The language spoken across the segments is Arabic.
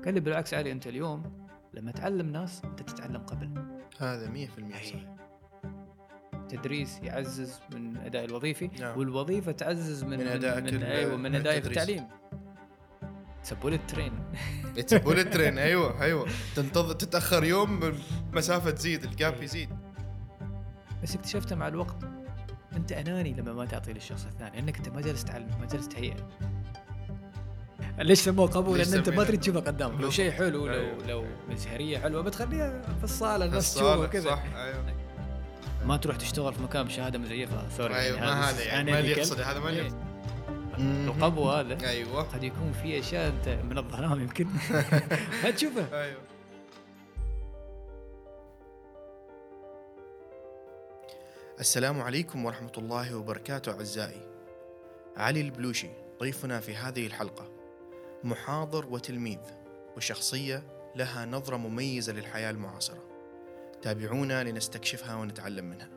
قال لي بالعكس علي، أنت اليوم لما تعلم ناس أنت تتعلم قبل. هذا 100% أي صحيح. تدريس يعزز من أداء الوظيفي، نعم. والوظيفة تعزز من من أدائك من أيوه من من أدائي في التدريس. التعليم. سبوا لي الترين. It's a bullet train. أيوة تنتظر تتأخر يوم المسافة تزيد، الجاب يزيد. بس اكتشفت مع الوقت أنت أناني لما ما تعطي للشخص الثاني، أنك أنت ما جالس تعلم، ما جالس تهيئه. ليش سموه قبول؟ ليش لأن أنت ما سمينا تريد تشوفه قدامك. لو شيء حلو، أيوة. لو مزهرية حلوة بتخليها في الصالة في الناس تشوفه الصالة كذا. صح. أيوة. ما تروح تشتغل في مكان بشهادة مزيفة، سوري يعني أيوة ما هذا يعني ما اللي يقصد، هذا ما اللي يقصد. القبو هذا أيوة. قد يكون في أشياء أنت من الظلام يمكن ما تشوفها. أيوة. السلام عليكم ورحمة الله وبركاته أعزائي. علي البلوشي ضيفنا في هذه الحلقة، محاضر وتلميذ وشخصية لها نظرة مميزة للحياة المعاصرة. تابعونا لنستكشفها ونتعلم منها.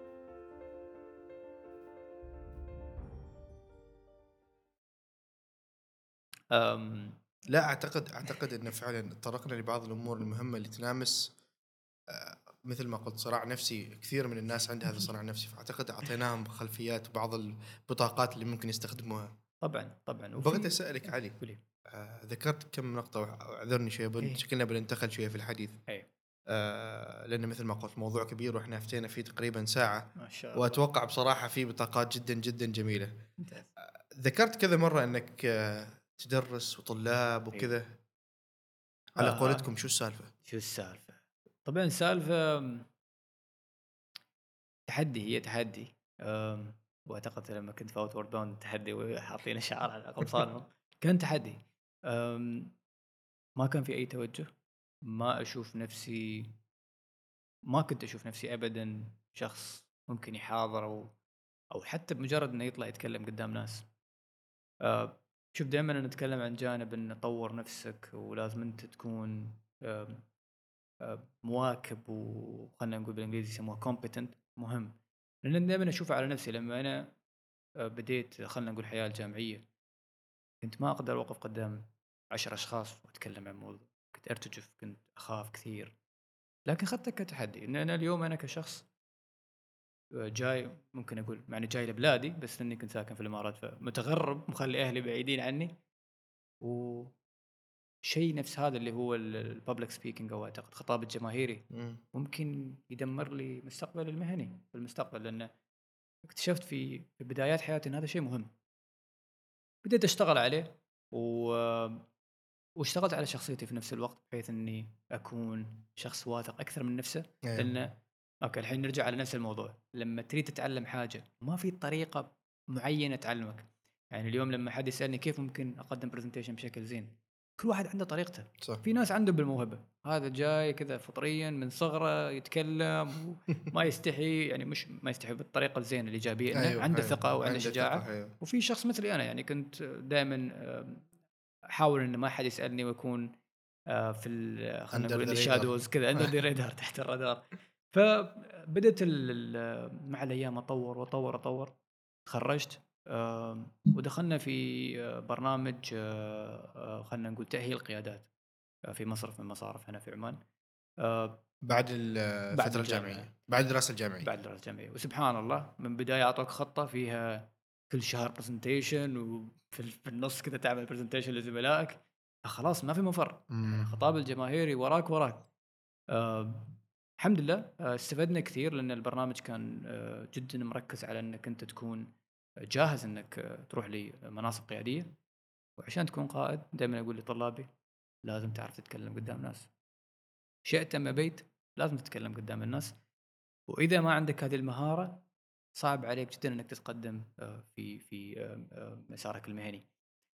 لا أعتقد أنه فعلا طرقنا لبعض الأمور المهمة اللي تلامس مثل ما قلت صراع نفسي. كثير من الناس عندها هذا الصراع النفسي، فأعتقد أعطيناهم خلفيات وبعض البطاقات اللي ممكن يستخدموها. طبعا بغيت أسألك علي، قولي. ذكرت كم نقطة وأعذرني شوي، شكلنا بننتقل شوية في الحديث. لأن مثل ما قلت موضوع كبير وإحنا فتينا فيه تقريبا ساعة، ما شاء الله. وأتوقع بصراحة فيه بطاقات جدا جدا جميلة. ممتاز. ذكرت كذا مرة أنك تدرس وطلاب وكذا. على قولتكم شو السالفة؟ شو السالفة؟ طبعا السالفة تحدي، هي تحدي. واعتقد لما كنت في اوت باوند تحدي وحاطين شعار على قمصانهم كان تحدي. ما كان في اي توجه. ما اشوف نفسي، ما كنت اشوف نفسي ابدا شخص ممكن يحاضر او حتى بمجرد انه يطلع يتكلم قدام ناس. شوف دائما نتكلم عن جانب ان نطور نفسك ولازم انت تكون مواكب، وخلنا نقول بالانجليزي يسموها competent. مهم، لان دائما اشوفه على نفسي. لما انا بديت خلنا نقول الحياه الجامعيه، كنت ما اقدر اوقف قدام 10 اشخاص واتكلم عن موضوع. كنت ارتجف، كنت اخاف كثير. لكن اخذته كتحدي ان انا اليوم انا كشخص جاي، ممكن اقول معني جاي لبلادي، بس اني كنت ساكن في الامارات فمتغرب مخلي اهلي بعيدين عني. وشيء نفس هذا اللي هو الببليك سبيكينج، او اعتقد خطاب الجماهيري، ممكن يدمر لي مستقبلي المهني في المستقبل. لأن اكتشفت في بدايات حياتي ان هذا شيء مهم. بديت اشتغل عليه و... واشتغلت على شخصيتي في نفس الوقت، بحيث اني اكون شخص واثق اكثر من نفسه. أيوة. لان اوكي الحين نرجع على نفس الموضوع. لما تريد تتعلم حاجه ما في طريقه معينه تعلمك. يعني اليوم لما حد يسالني كيف ممكن اقدم برزنتيشن بشكل زين، كل واحد عنده طريقته. صح. في ناس عنده بالموهبه، هذا جاي كذا فطريا من صغره يتكلم وما يستحي، يعني مش ما يستحي بالطريقه الزينه الايجابيه، انه أيوة. عنده أيوة. ثقه وعنده عنده شجاعه. ثقة. أيوة. وفي شخص مثلي انا، يعني كنت دائما احاول ان ما حد يسالني، واكون خلينا Under نقول the ان radar. شادوز كذا، اندر ذا رادار، تحت الرادار. فبدت مع الايام اطور. تخرجت ودخلنا في برنامج خلينا نقول تاهيل قيادات في مصرف من المصارف هنا في عمان. بعد بعد الفترة الجامعه، الجامعية، بعد الدراسة الجامعية. بعد الدراسه الجامعيه. وسبحان الله من بدايه اعطوك خطه فيها كل شهر برزنتيشن، وفي في النص كذا تعمل برزنتيشن لزملائك. فخلاص ما في مفر، يعني الخطاب الجماهيري وراك. الحمد لله استفدنا كثير، لان البرنامج كان جدا مركز على انك انت تكون جاهز انك تروح لمناصب قياديه. وعشان تكون قائد دائما اقول لطلابي لازم تعرف تتكلم قدام ناس، شئت ام ابيت لازم تتكلم قدام الناس. واذا ما عندك هذه المهاره صعب عليك جدا انك تتقدم في مسارك المهني.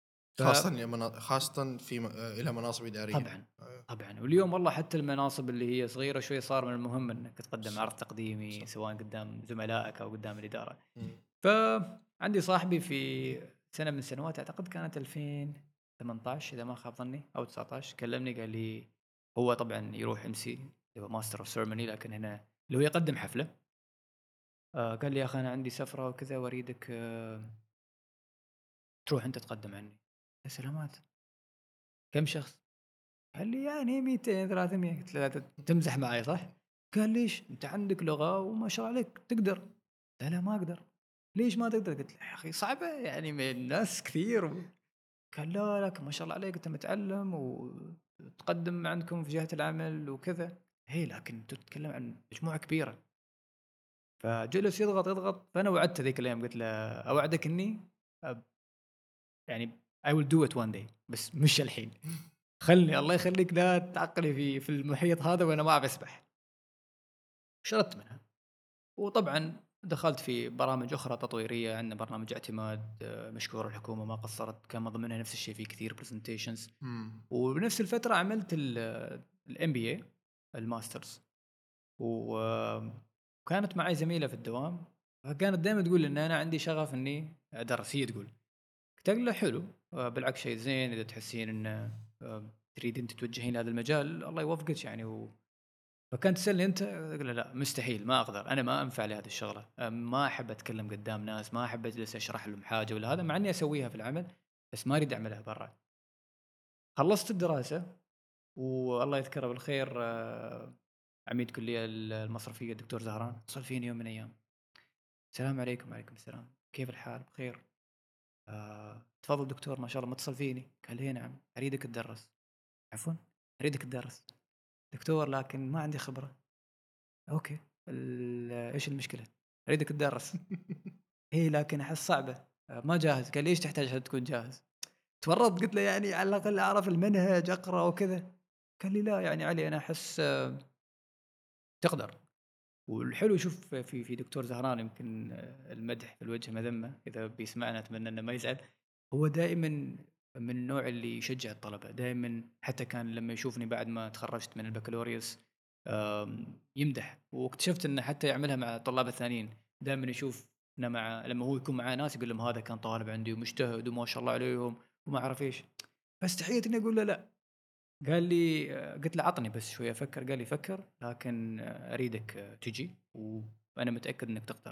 خاصة في إلى مناصب إدارية. طبعا واليوم والله حتى المناصب اللي هي صغيره شوي صار من المهم انك تقدم عرض تقديمي، سواء قدام زملائك او قدام الاداره. فعندي صاحبي في سنه من السنوات، اعتقد كانت 2018 اذا ما خاب ظني او 19، كلمني قال لي هو طبعا يروح ام سي اللي هو ماستر اوف سيرموني، لكن هنا اللي هو يقدم حفله. قال لي يا اخي انا عندي سفره وكذا واريدك تروح انت تقدم عني. يا سلامات، كم شخص؟ قال لي يعني 200 300. قلت له تمزح معي صح؟ قال ليش انت عندك لغه وما شاء الله عليك تقدر. قلت له ما اقدر. ليش ما تقدر؟ قلت له يا اخي صعبه يعني من الناس كثير. قال لا لك ما شاء الله عليك انت متعلم وتقدم عندكم في جهه العمل وكذا. هي لكن انت تتكلم عن مجموعه كبيره. فجلس يضغط يضغط، فانا وعدته ذيك الايام قلت له اوعدك اني يعني I will do it one day بس مش الحين. خلني الله يخليك لا تعقلي في المحيط هذا وانا ما اعرف اسبح. شردت منها. وطبعا دخلت في برامج اخرى تطويريه، عندنا برنامج اعتماد مشكور الحكومه ما قصرت، كان من ضمنها نفس الشيء في كثير برزنتيشنز. وبنفس الفتره عملت الام بي اي الماسترز. وكانت معي زميله في الدوام فكانت دائما تقول لي ان انا عندي شغف اني ادرس. هي تقول قلت لها حلو بالعكس شيء زين اذا تحسين ان تريد انت توجهين هذا المجال الله يوفقك يعني فكانت تسالني انت، اقول لها لا مستحيل ما اقدر، انا ما انفع لهذه الشغله، ما احب اتكلم قدام ناس، ما احب اجلس اشرح لهم حاجه ولا هذا، مع اني اسويها في العمل بس ما اريد اعملها برا. خلصت الدراسه والله يذكره بالخير عميد كليه المصرفيه الدكتور زهران اتصل فيني يوم من الايام، السلام عليكم. وعليكم السلام، كيف الحال؟ بخير. تفضل دكتور ما شاء الله متصل فيني. قال لي نعم اريدك تدرس. عفوا اريدك تدرس دكتور لكن ما عندي خبره. اوكي ايش المشكله؟ اريدك تدرس. هي لكن احس صعبه ما جاهز. قال لي ايش تحتاج عشان تكون جاهز؟ تورطت قلت له يعني على الاقل اعرف المنهج اقرا وكذا. قال لي لا يعني علي انا احس تقدر. والحلو شوف في دكتور زهران يمكن المدح في الوجه مذمه، اذا بيسمعنا اتمنى انه ما يزعل. هو دائما من النوع اللي يشجع الطلبه دائما، حتى كان لما يشوفني بعد ما تخرجت من البكالوريوس يمدح. واكتشفت انه حتى يعملها مع الطلاب الثانيين، دائما يشوف انه مع لما هو يكون معاه ناس يقول لهم هذا كان طالب عندي ومجتهد وما شاء الله عليهم وما اعرف ايش. فاستحيت اني اقول له لا. قال لي قلت له عطني بس شويه افكر. قال لي فكر لكن اريدك تجي وانا متاكد انك تقدر.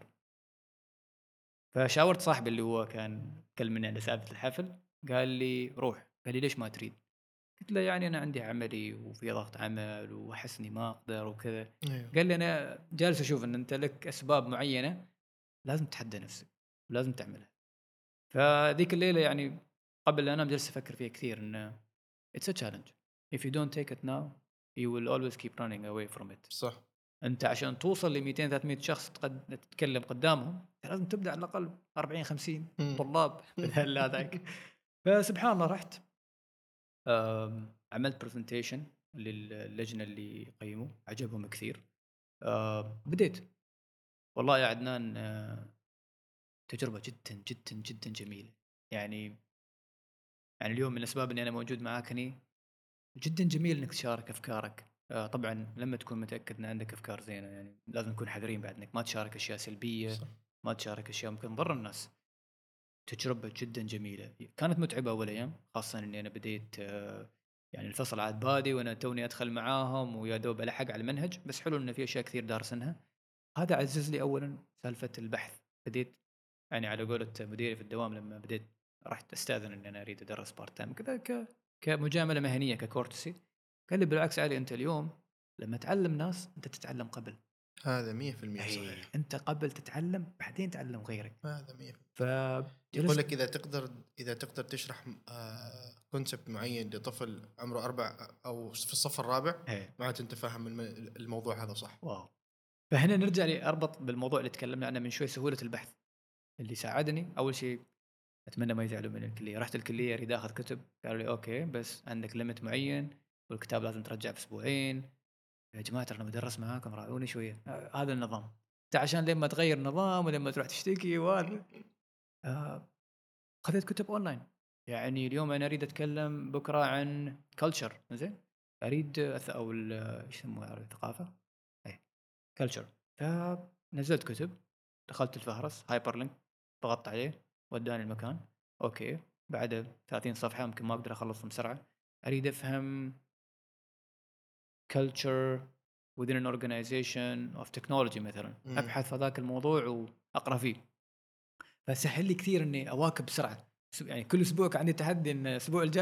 فشاورت صاحبي اللي هو كان كلمني على سالفه الحفل، قال لي روح. قال لي ليش ما تريد؟ قلت له يعني انا عندي عملي وفي ضغط عمل واحس اني ما اقدر وكذا. أيوه. قال لي انا جالس اشوف ان انت لك اسباب معينه لازم تتحدى نفسك ولازم تعملها. فذيك الليله يعني قبل لا انام جلست افكر فيها كثير انه it's a challenge. If you don't take it now you will always keep running away from it. صح. انت عشان توصل ل 200 300 شخص تتكلم قدامهم لازم تبدا على الاقل 40 50 طلاب بالهل هذاك. فسبحان الله رحت عملت برزنتيشن للجنه اللي قيموا، عجبهم كثير. بديت والله يا عدنان تجربه جدا جدا جدا جميله. يعني اليوم من الاسباب اني انا موجود معاك هني جدا جميل انك تشارك افكارك. طبعا لما تكون متاكد ان عندك افكار زينه يعني لازم نكون حذرين بعد انك ما تشارك اشياء سلبيه، صح. ما تشارك اشياء ممكن تضر الناس. تجربه جدا جميله، كانت متعبه اول ايام خاصه اني انا بديت يعني الفصل عاد بادي وانا توني ادخل معاهم ويا دوب الحق على المنهج، بس حلو انه في اشياء كثير دارسنها. هذا عزز لي اولا سالفه البحث. بديت يعني على قولة مديري في الدوام لما بديت رحت استاذن اني انا اريد ادرس بارت تايم كذا كمجامله مهنيه ككورتسي. قال لي بالعكس علي انت اليوم لما تعلم ناس انت تتعلم قبل. هذا 100% صحيح. انت قبل تتعلم بعدين تعلم غيرك. هذا 100%. يقول فجلست لك اذا تقدر تشرح كونسبت معين لطفل عمره 4 او في الصف الرابع معناته انت فاهم الموضوع هذا صح. واو. فهنا نرجع لي اربط بالموضوع اللي تكلمنا عنه من شوي، سهوله البحث اللي ساعدني. اول شيء اتمنى ما يزعلوا من الكليه، رحت الكليه اريد اخذ كتب، قالوا لي اوكي بس عندك ليمت معين والكتاب لازم ترجع في اسبوعين. يا جماعه ترى انا مدرس معاكم راعوني شويه. هذا النظام. انت عشان لما تغير نظام ولما تروح تشتكي وهذا خذيت كتب اونلاين. يعني اليوم انا اريد اتكلم بكره عن كلتشر زين، اريد او ايش يسموها الثقافه اي كلتشر. فنزلت كتب، دخلت الفهرس هايبر لينك، ضغطت عليه وداني المكان. اوكي بعد 30 صفحه يمكن ما اقدر اخلصهم بسرعه. اريد افهم culture within an organization of technology مثلا، ابحث في ذاك الموضوع واقرا فيه. فسهل لي كثير اني اواكب بسرعه. يعني كل اسبوع كان عندي تحدي ان الاسبوع الجاي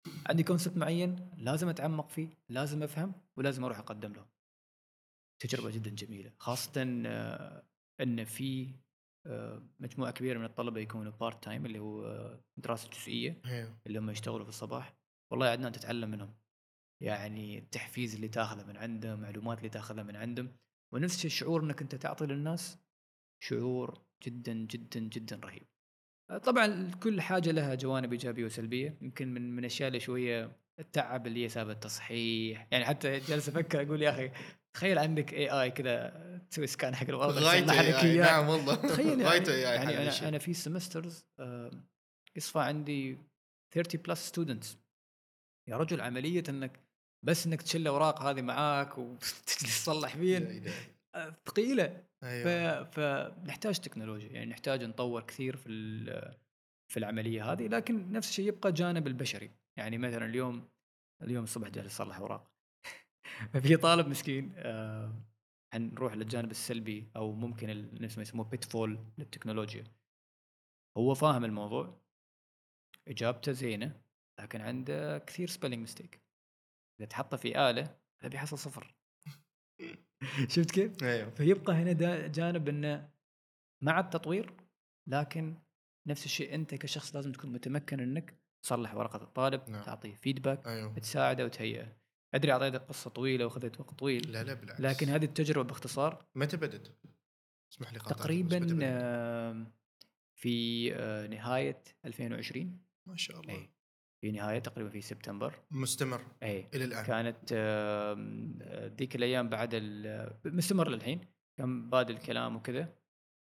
عندي كونسبت معين لازم اتعمق فيه، لازم افهم، ولازم اروح اقدم له. تجربه جدا جميله، خاصه ان في مجموعه كبيره من الطلبه يكونوا بارت تايم، اللي هو دراسه جزئيه، أيوه. اللي هم يشتغلوا في الصباح. والله يا عدنان تتعلم منهم، يعني التحفيز اللي تاخذه من عندهم، معلومات اللي تاخذها من عندهم، ونفس الشعور انك انت تعطي للناس، شعور جدا جدا جدا رهيب. طبعا كل حاجه لها جوانب ايجابيه وسلبيه. يمكن من الاشياء اللي شويه التعب اللي هي سبب التصحيح، يعني حتى جالس افكر اقول يا اخي تخيل عندك اي كذا تسوي سكان حق الورقه غايته تصلح لك AI، اياه. نعم والله. تخيل يعني، غايته AI حل يعني هالشيء. انا في سمسترز يصفى عندي 30 بلس ستودنتس. يا رجل عمليه انك بس انك تشيل الاوراق هذه معاك وتجلس تصلح يا فين إلهي. ثقيله. أيوه. فنحتاج تكنولوجيا، يعني نحتاج نطور كثير في العمليه هذه، لكن نفس الشيء يبقى جانب البشري. يعني مثلا اليوم الصبح جالس اصلح اوراق ففي طالب مسكين حنروح للجانب السلبي، او ممكن نفس ما يسموه بيت فول للتكنولوجيا. هو فاهم الموضوع، اجابته زينه، لكن عنده كثير سبيلنج ميستيك. اذا تحطه في اله هذا بيحصل صفر. شفت كيف؟ أيوه. فيبقى هنا جانب انه مع التطوير، لكن نفس الشيء انت كشخص لازم تكون متمكن انك تصلح ورقه الطالب، نعم. تعطيه فيدباك، أيوه. تساعده وتهيئه. ادري اعطيتك قصه طويله واخذت وقت طويل، لا لا بالعكس. لكن هذه التجربه باختصار متى بدت؟ اسمح لي قاطعتك، بس متى تقريبا بدت؟ في نهايه 2020. ما شاء الله. اي في نهايه تقريبا في سبتمبر. مستمر اي إلى الآن. كانت ذيك الايام بعد مستمر للحين، كان بادئ الكلام وكذا.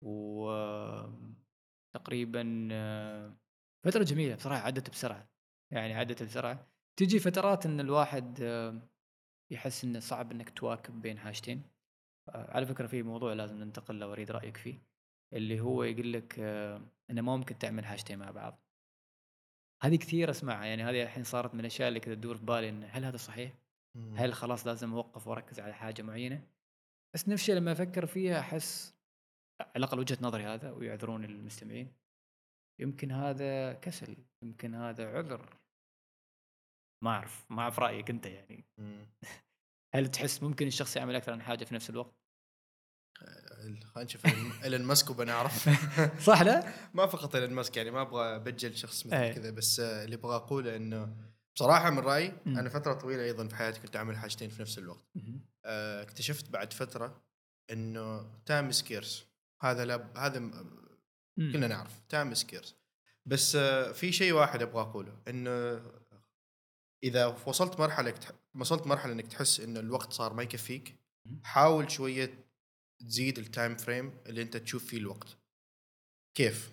وتقريبا فترة جميلة بصراحة، عدت بسرعة. يعني عدت بسرعة. تجي فترات ان الواحد يحس انه صعب انك تواكب بين حاجتين. على فكرة في موضوع لازم ننتقل له واريد رأيك فيه، اللي هو يقول لك انه ما ممكن تعمل حاجتين مع بعض. هذه كثير اسمعها، يعني هذه الحين صارت من الاشياء اللي كذا تدور في بالي، إن هل هذا صحيح؟ مم. هل خلاص لازم اوقف واركز على حاجة معينة؟ بس نفس الشيء لما افكر فيها احس، على الاقل وجهة نظري هذا، ويعذرون المستمعين، يمكن هذا كسل، يمكن هذا عذر. ما اعرف رايك انت يعني. مم. هل تحس ممكن الشخص يعمل اكثر من حاجه في نفس الوقت؟ خلينا نشوف إيلون ماسك وبنعرف. صح لا؟ ما فقط إيلون ماسك، يعني ما أبغى أبجل شخص مثل ايه. كذا، بس اللي أبغى أقوله إنه بصراحة من رأيي أمم. أنا فترة طويلة أيضا في حياتي كنت أعمل حاجتين في نفس الوقت. مهم. اكتشفت بعد فترة إنه تايم سكيرس. هذا أمم. كلنا نعرف تايم سكيرس. بس في شيء واحد أبغى أقوله، إنه إذا وصلت مرحلة إنك تحس إنه الوقت صار ما يكفيك، حاول شوية تزيد التايم فريم اللي أنت تشوف فيه الوقت. كيف؟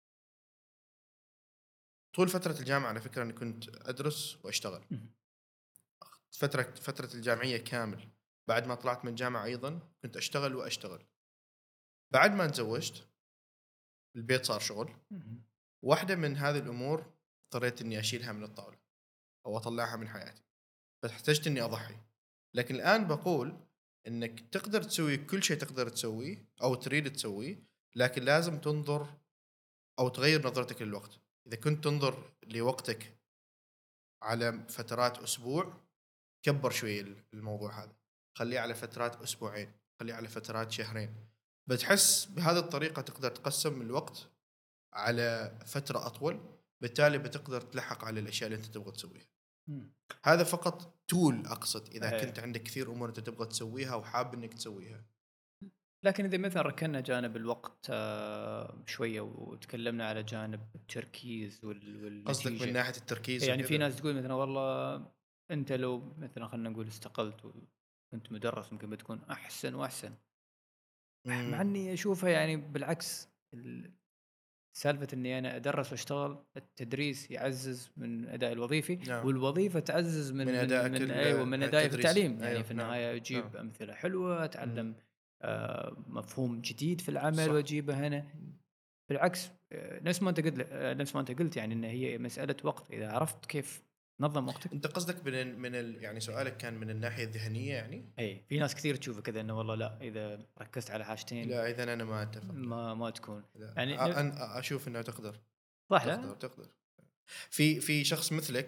طول فترة الجامعة على فكرة أنا كنت أدرس وأشتغل. مهم. فترة الجامعية كامل، بعد ما طلعت من الجامعة أيضا كنت أشتغل. بعد ما تزوجت البيت صار شغل. مهم. واحدة من هذه الأمور اضطريت إني أشيلها من الطاولة أو أطلعها من حياتي، فاحتجت إني أضحي. لكن الآن بقول إنك تقدر تسوي كل شيء تقدر تسويه أو تريد تسويه، لكن لازم تنظر أو تغير نظرتك للوقت. إذا كنت تنظر لوقتك على فترات أسبوع، كبر شوي الموضوع هذا، خليه على فترات أسبوعين، خليه على فترات شهرين. بتحس بهذه الطريقة تقدر تقسم الوقت على فترة أطول، بالتالي بتقدر تلحق على الأشياء اللي أنت تبغى تسويها. أمم. هذا فقط تول أقصد إذا إيه. كنت عندك كثير أمور أنت تبغى تسويها وحاب إنك تسويها. لكن اذا مثلا ركنا جانب الوقت شويه، وتكلمنا على جانب التركيز قصدك من والنتيجه. ناحية التركيز يعني في وكذا؟ ناس تقول مثلا والله انت لو مثلا خلينا نقول استقلت وكنت مدرس ممكن بتكون احسن واحسن. مع اني اشوفها يعني بالعكس، سالفه اني انا ادرس واشتغل، التدريس يعزز من ادائي الوظيفي، نعم. والوظيفه تعزز من أدائك من ادائي في التدريسي. التعليم. يعني أيوه. في نعم. النهايه اجيب نعم. امثله حلوه، اتعلم مفهوم جديد في العمل صح. واجيبه هنا. بالعكس نفس ما انت قلت يعني ان هي مساله وقت. اذا عرفت كيف تنظم وقتك. أنت قصدك يعني سؤالك كان من الناحية الذهنية يعني؟ اي في ناس كثير تشوفه كذا انه والله لا، اذا ركزت على حاجتين لا، إذا أنا ما أتفق. ما تكون لا. يعني أنا أشوف إنه تقدر. صح لا. تقدر. في شخص مثلك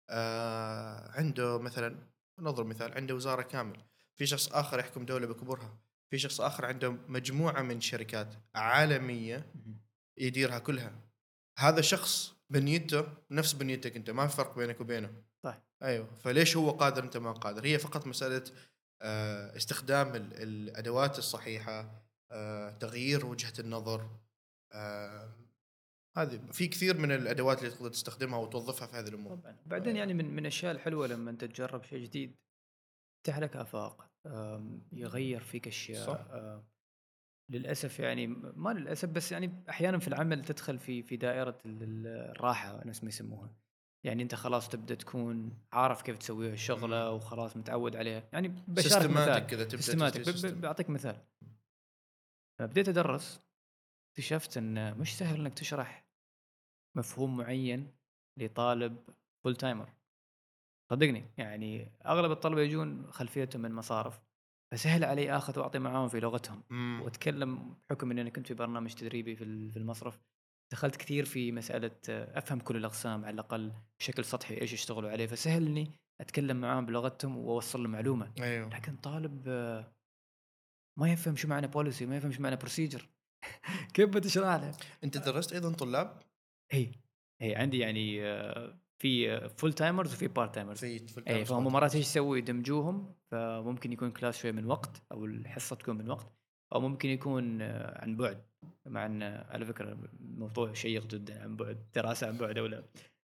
عنده مثلا، نضرب مثال، عنده وزارة كامل، في شخص آخر يحكم دولة بكبرها، في شخص آخر عنده مجموعة من شركات عالمية اهم. يديرها كلها. هذا شخص بنيته نفس بنيتك أنت، ما في فرق بينك وبينه. صح. أيوه، فليش هو قادر أنت ما قادر؟ هي فقط مسألة استخدام الأدوات الصحيحة، تغيير وجهة النظر. آه، هذه في كثير من الأدوات اللي تقدر تستخدمها وتوظفها في هذه الأمور. طبعًا. بعدين يعني من الأشياء الحلوة لمّا أنت تجرّب شيء جديد، يفتح لك آفاق، يغيّر فيك أشياء. صح؟ للأسف يعني ما للأسف، بس يعني أحيانًا في العمل تدخل في دائرة الراحة نفس ما يسموها. يعني أنت خلاص تبدأ تكون عارف كيف تسوي الشغلة وخلاص متعوّد عليها. يعني باشارك سيستماتيك مثال، كذا تبدأ systematic تسوي سيستم. باعطيك مثال. بديت أدرّس، اكتشفت إنه مش سهل إنك تشرح مفهوم معيّن لطالب full timer. صدّقني، يعني أغلب الطلبة يجون خلفيتهم من مصارف، فسهل علي آخذ وأعطي معاهم في لغتهم، إمم. وأتكلم بحكم إني أنا كنت في برنامج تدريبي في المصرف. دخلت كثير في مسألة أفهم كل الأقسام على الأقل بشكل سطحي إيش يشتغلوا عليه، فسهل إني أتكلم معاهم بلغتهم وأوصّل له معلومة. أيوه. لكن طالب ما يفهم شو معنى policy، ما يفهم شو معنى procedure. كيف بتشرح له؟ أنت درست أيضًا طلاب إي، إي عندي يعني في full timers وفي part timers. في إي، التايمز فهم بارت مرات إيش تايمز؟ يسووا يدمجوهم، فممكن يكون كلاس شوي من وقت أو الحصة تكون من وقت، أو ممكن يكون عن بُعد. مع إن على فكرة الموضوع شيق جدًا عن بُعد، دراسة عن بُعد أو لا.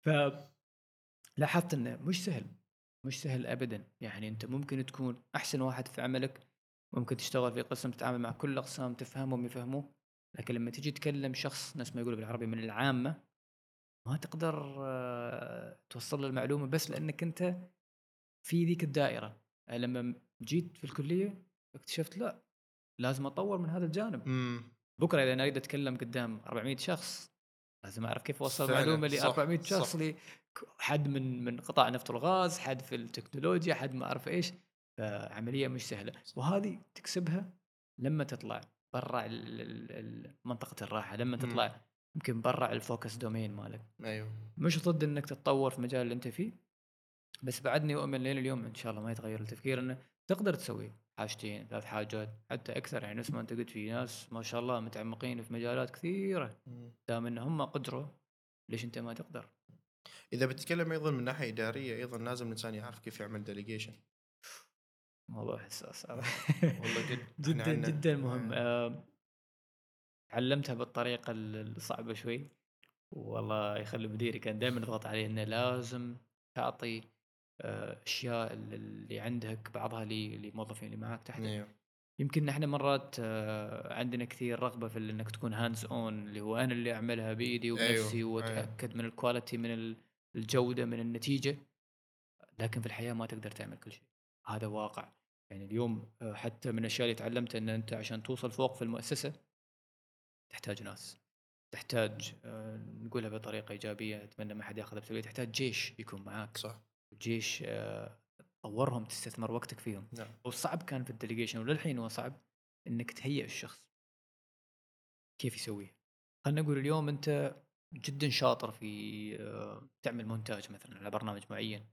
فلاحظت إنه مش سهل، مش سهل أبدًا. يعني أنت ممكن تكون أحسن واحد في عملك، ممكن تشتغل في قسم تتعامل مع كل الأقسام تفهمهم يفهموك، لكن لمّا تيجي تكلم شخص نفس ما يقولوا بالعربي من العامة، ما تقدر توصّل له المعلومة بس لأنك أنت في ذيك الدائرة. لمّا جيت في الكلية اكتشفت لأ، لازم أطوّر من هذا الجانب. إمم. بكرة إذا أنا أريد أتكلم قدام 400 شخص، لازم أعرف كيف أوصّل فعلًا المعلومة صح، ل400 شخص، صح. حد من قطاع النفط والغاز، حد في التكنولوجيا، حد ما أعرف إيش. فعملية مش سهلة، وهذه تكسبها لمّا تطلع برّا منطقة الراحة، لمّا إمم. تطلع يمكن برّا الfocus domain مالك. أيوه. مش ضد إنك تتطور في المجال اللي أنت فيه، بس بعدني أؤمن لين اليوم إن شاء الله ما يتغير التفكير إنه تقدر تسوي حاجتين 3 حاجات حتى أكثر. يعني نفس ما أنت قلت في ناس ما شاء الله متعمقين في مجالات كثيرة، إمم. دام إن هم قدروا ليش أنت ما تقدر؟ إذا بتتكلم أيضًا من ناحية إدارية، أيضًا لازم الإنسان يعرف كيف يعمل delegation. موضوع حساس هذا. والله جد، إحنا جدًا، عندنا جدًا مهم. تعلمتها بالطريقة الصعبة شوي، والله يخلي مديري كان دايمًا يضغط علي إنه لازم تعطي أشياء اللي عندك بعضها للموظفين اللي معاك تحتك. أيوه. يمكن إحنا مرات عندنا كثير رغبة في إنك تكون hands on، اللي هو أنا اللي أعملها بإيدي أيوه. وبنفسي أيوه. وأتأكد من الquality من الجودة من النتيجة. لكن في الحياة ما تقدر تعمل كل شيء، هذا واقع. يعني اليوم حتى من الأشياء اللي تعلمتها إن أنت عشان توصل فوق في المؤسسة تحتاج ناس، تحتاج نقولها بطريقة إيجابية أتمنى ما حد ياخذها بسلبية، تحتاج جيش يكون معاك. صح. جيش تطورهم تستثمر وقتك فيهم. نعم. والصعب كان في الديليجيشن وللحين هو صعب إنك تهيئ الشخص كيف يسويه. خلينا نقول اليوم أنت جدا شاطر في تعمل مونتاج مثلا على برنامج معين،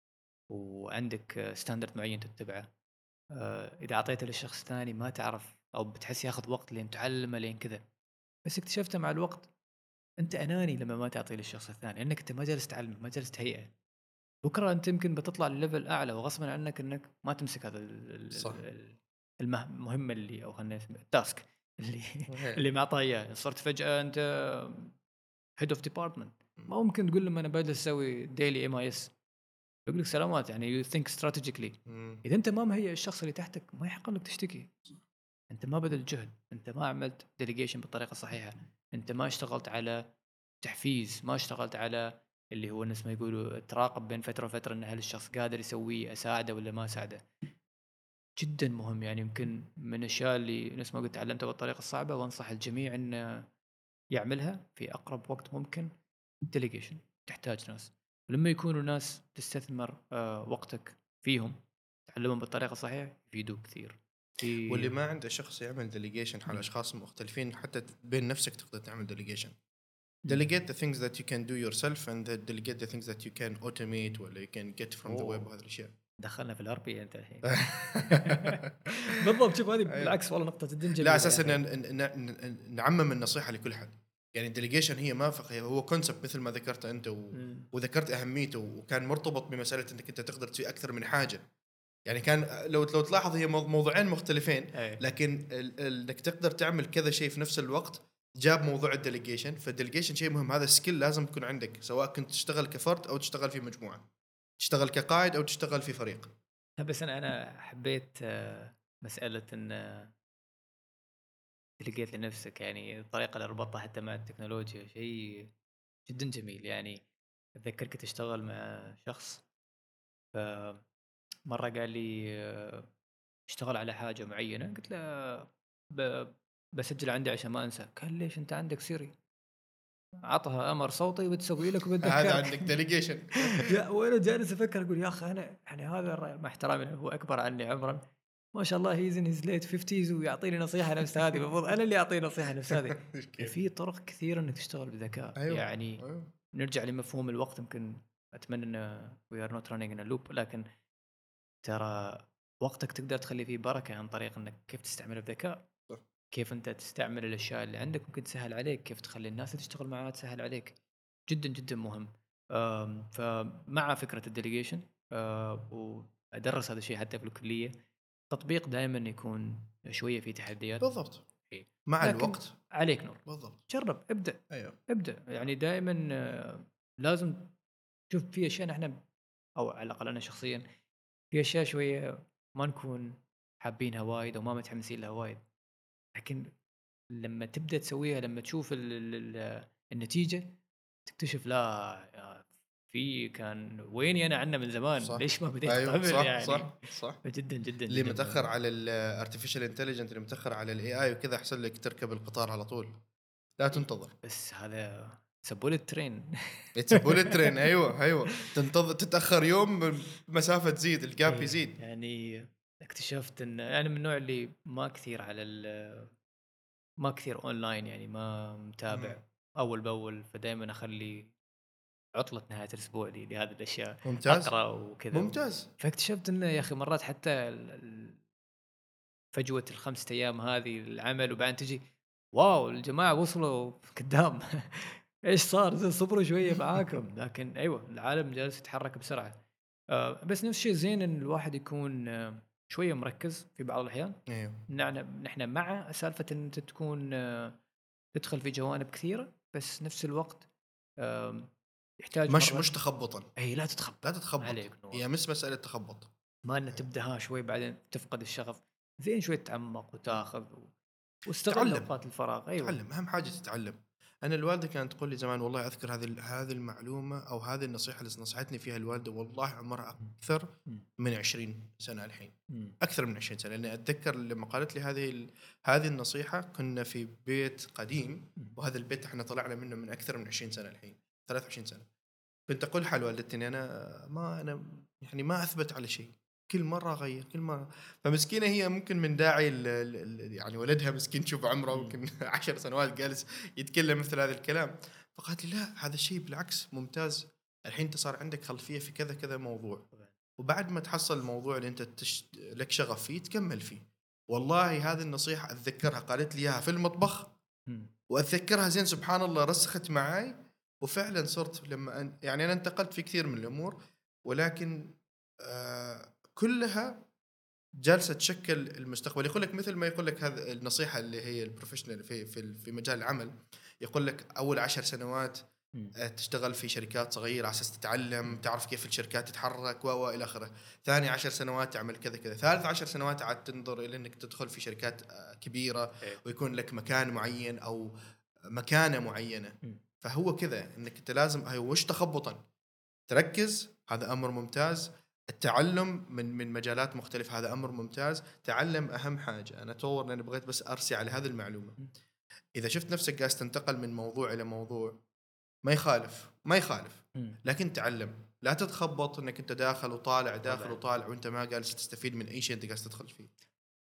وعندك ستاندرد معين تتبعه. إذا أعطيته للشخص ثاني ما تعرف أو بتحس ياخذ وقت لين تعلمه لين كذا، بس اكتشفت مع الوقت أنت أناني لما ما تعطيه للشخص الثاني لأنك أنت ما جالس تعلمه ما جالس تهيئه. بكرة أنت يمكن بتطلع لليفل أعلى وغصبًا عنك إنك ما تمسك هذا صح. المهمة اللي أو خلينا نسميها الtask اللي صحيح. اللي معطاه إياه. صرت فجأة أنت head of department، إمم. ما ممكن تقول لهم أنا باجلس أسوي daily MIS، يقول لك سلامات يعني you think strategically. إمم. إذا أنت ما مهيئ الشخص اللي تحتك ما يحق لك تشتكي. أنت ما بذلت جهد، أنت ما عملت delegation بالطريقة الصحيحة، أنت ما اشتغلت على تحفيز، ما اشتغلت على اللي هو الناس ما يقولوا تراقب بين فترة وفترة إن هل الشخص قادر يسويه، أساعده والّا ما أساعده. جدًا مهم. يعني يمكن من الأشياء اللي نفس ما قلت تعلمتها بالطريقة الصعبة وأنصح الجميع إنه يعملها في أقرب وقت ممكن delegation. تحتاج ناس، ولما يكونوا ناس تستثمر وقتك فيهم، تعلمهم بالطريقة الصحيحة يفيدوك كثير. واللي في ما عنده شخص يعمل delegation على إمم. أشخاص مختلفين، حتى بين نفسك تقدر تعمل delegation. delegate the things that you can do yourself and delegate the things that you can automate ولا you can get from the web وهذه الأشياء. دخلنا في الاربي انت الحين. بالضبط. شوف هذه بالعكس والله نقطه جدا جميله. لا اساس ان نعمم النصيحه لكل حد. يعني الديليجيشن هي ما هو كونسبت مثل ما ذكرت انت وذكرت اهميته وكان مرتبط بمساله انك انت تقدر تسوي اكثر من حاجه. يعني كان لو تلاحظ هي موضوعين مختلفين لكن انك تقدر تعمل كذا شيء في نفس الوقت جاب موضوع الديليجيشن. فالديليجيشن شيء مهم. هذا سكيل لازم يكون عندك سواء كنت تشتغل كفرد او تشتغل في مجموعه، تشتغل كقائد او تشتغل في فريق. بس انا حبيت مساله ان لقيت لنفسك يعني الطريقه اللي ربطها حتى مع التكنولوجيا شيء جدا جميل. يعني اتذكر كنت اشتغل مع شخص فمره قال لي اشتغل على حاجه معينه، قلت له بسجل عندي عشان ما انسى. قال ليش انت عندك سيري؟ عطها امر صوتي وتسوي لك وبتذكرك. هذا عندك ديليجيشن. وانا جالس افكر اقول يا اخي انا يعني هذا مع احترامي هو اكبر عني عمرا ما شاء الله هيز ان هيز ليت 50 ويعطيني نصيحه نفس هذه. المفروض انا اللي اعطيه نصيحه نفس هذه. في طرق كثيره انك تشتغل بذكاء. أيوة. يعني أيوة. نرجع لمفهوم الوقت. يمكن اتمنى ان وي ار نوت رانينج ان لوب، لكن ترى وقتك تقدر تخلي فيه بركه عن طريق انك كيف تستعمله بذكاء. كيف انت تستعمل الاشياء اللي عندك ممكن تسهل عليك، كيف تخلي الناس اللي تشتغل معاها تسهل عليك. جدا جدا مهم. فمع فكره الديليجيشن وادرس هذا الشيء حتى في الكليه. تطبيق دائما يكون شويه في تحديات. بالضبط. مع الوقت عليك نور. بالضبط. جرب ابدا. ايوه ابدا. يعني دائما لازم شوف في اشياء نحن او على الاقل انا شخصيا في اشياء شويه ما نكون حابينها وايد او ما متحمسين لها وايد، لكن لما تبدا تسويها لما تشوف النتيجه تكتشف لا في كان ويني انا عنه من زمان. صح. ليش ما بديت أيوة قبل؟ صح يعني صح جدا جدا اللي متاخر على الارتفيشال انتليجنت، اللي متاخر على الاي اي وكذا احسن لك تركب القطار على طول لا تنتظر. بس هذا سبولت ترين. سبولت ترين. ايوه تنتظر تتاخر يوم مسافه تزيد الجاب يزيد. يعني اكتشفت ان انا من النوع اللي ما كثير على ما كثير اونلاين، يعني ما متابع اول باول، فدائما اخلي عطله نهايه الاسبوع لي لهذه الاشياء. ممتاز. اقرا وكذا ممتاز. فاكتشفت انه يا اخي مرات حتى فجوه ال5 ايام هذه العمل وبعدين تجي واو الجماعه وصلوا قدام. ايش صار؟ صبروا شويه معاكم. لكن ايوه العالم جالس يتحرك بسرعه. بس نفس الشيء زين ان الواحد يكون شويه مركز في بعض الاحيان. ايوه نحن مع سالفه ان انت تكون تدخل في جوانب كثيره، بس نفس الوقت يحتاج مش تخبطا. اي لا تتخبط عليك. هي مش مساله تخبط، ما انه تبدا شوي بعدين تفقد الشغف. زين شوي تتعمق وتاخذ واستغل اوقات الفراغ. ايوه تعلم. اهم حاجه تتعلم. انا الوالده كانت تقول لي زمان والله اذكر هذه المعلومه او هذه النصيحه اللي نصحتني فيها الوالده والله عمرها اكثر من 20 سنه الحين. اكثر من 20 سنه. لاني اتذكر لما قالت لي هذه النصيحه كنا في بيت قديم، وهذا البيت احنا طلعنا منه من اكثر من 20 سنه الحين 23 سنه. كنت اقول حال والدتي انا يعني ما اثبت على شيء، كل مرة أغير كل مرة. فمسكينة هي ممكن من داعي يعني ولدها مسكين شوف عمره ممكن 10 سنوات جالس يتكلم مثل هذا الكلام. فقالت لي لا هذا الشيء بالعكس ممتاز، الحين انت صار عندك خلفية في كذا كذا موضوع، وبعد ما تحصل الموضوع اللي انت لك شغف فيه تكمل فيه. والله هذه النصيحة أتذكرها قالت لي إياها في المطبخ وأتذكرها زين سبحان الله رسخت معي. وفعلا صرت لما يعني أنا انتقلت في كثير من الأمور، ولكن كلها جالسه تشكل المستقبل. يقول لك مثل ما يقول لك هذه النصيحه اللي هي البروفيشنال في مجال العمل، يقول لك اول 10 سنوات تشتغل في شركات صغيره على اساس تتعلم تعرف كيف الشركات تتحرك والى اخره. ثاني 10 سنوات تعمل كذا كذا. ثالث 10 سنوات عاد تنظر الى انك تدخل في شركات كبيره ويكون لك مكان معين او مكانه معينه. فهو كذا انك انت لازم وش تخبطا تركز. هذا امر ممتاز. التعلم من مجالات مختلفة هذا أمر ممتاز. تعلم أهم حاجة. أنا أتطور لأن بغيت بس أرسي على هذه المعلومة. إذا شفت نفسك قاعد تنتقل من موضوع إلى موضوع ما يخالف لكن تعلم. لا تتخبط أنك أنت داخل وطالع وأنت ما قاعد تستفيد من أي شيء أنت قاعد تدخل فيه.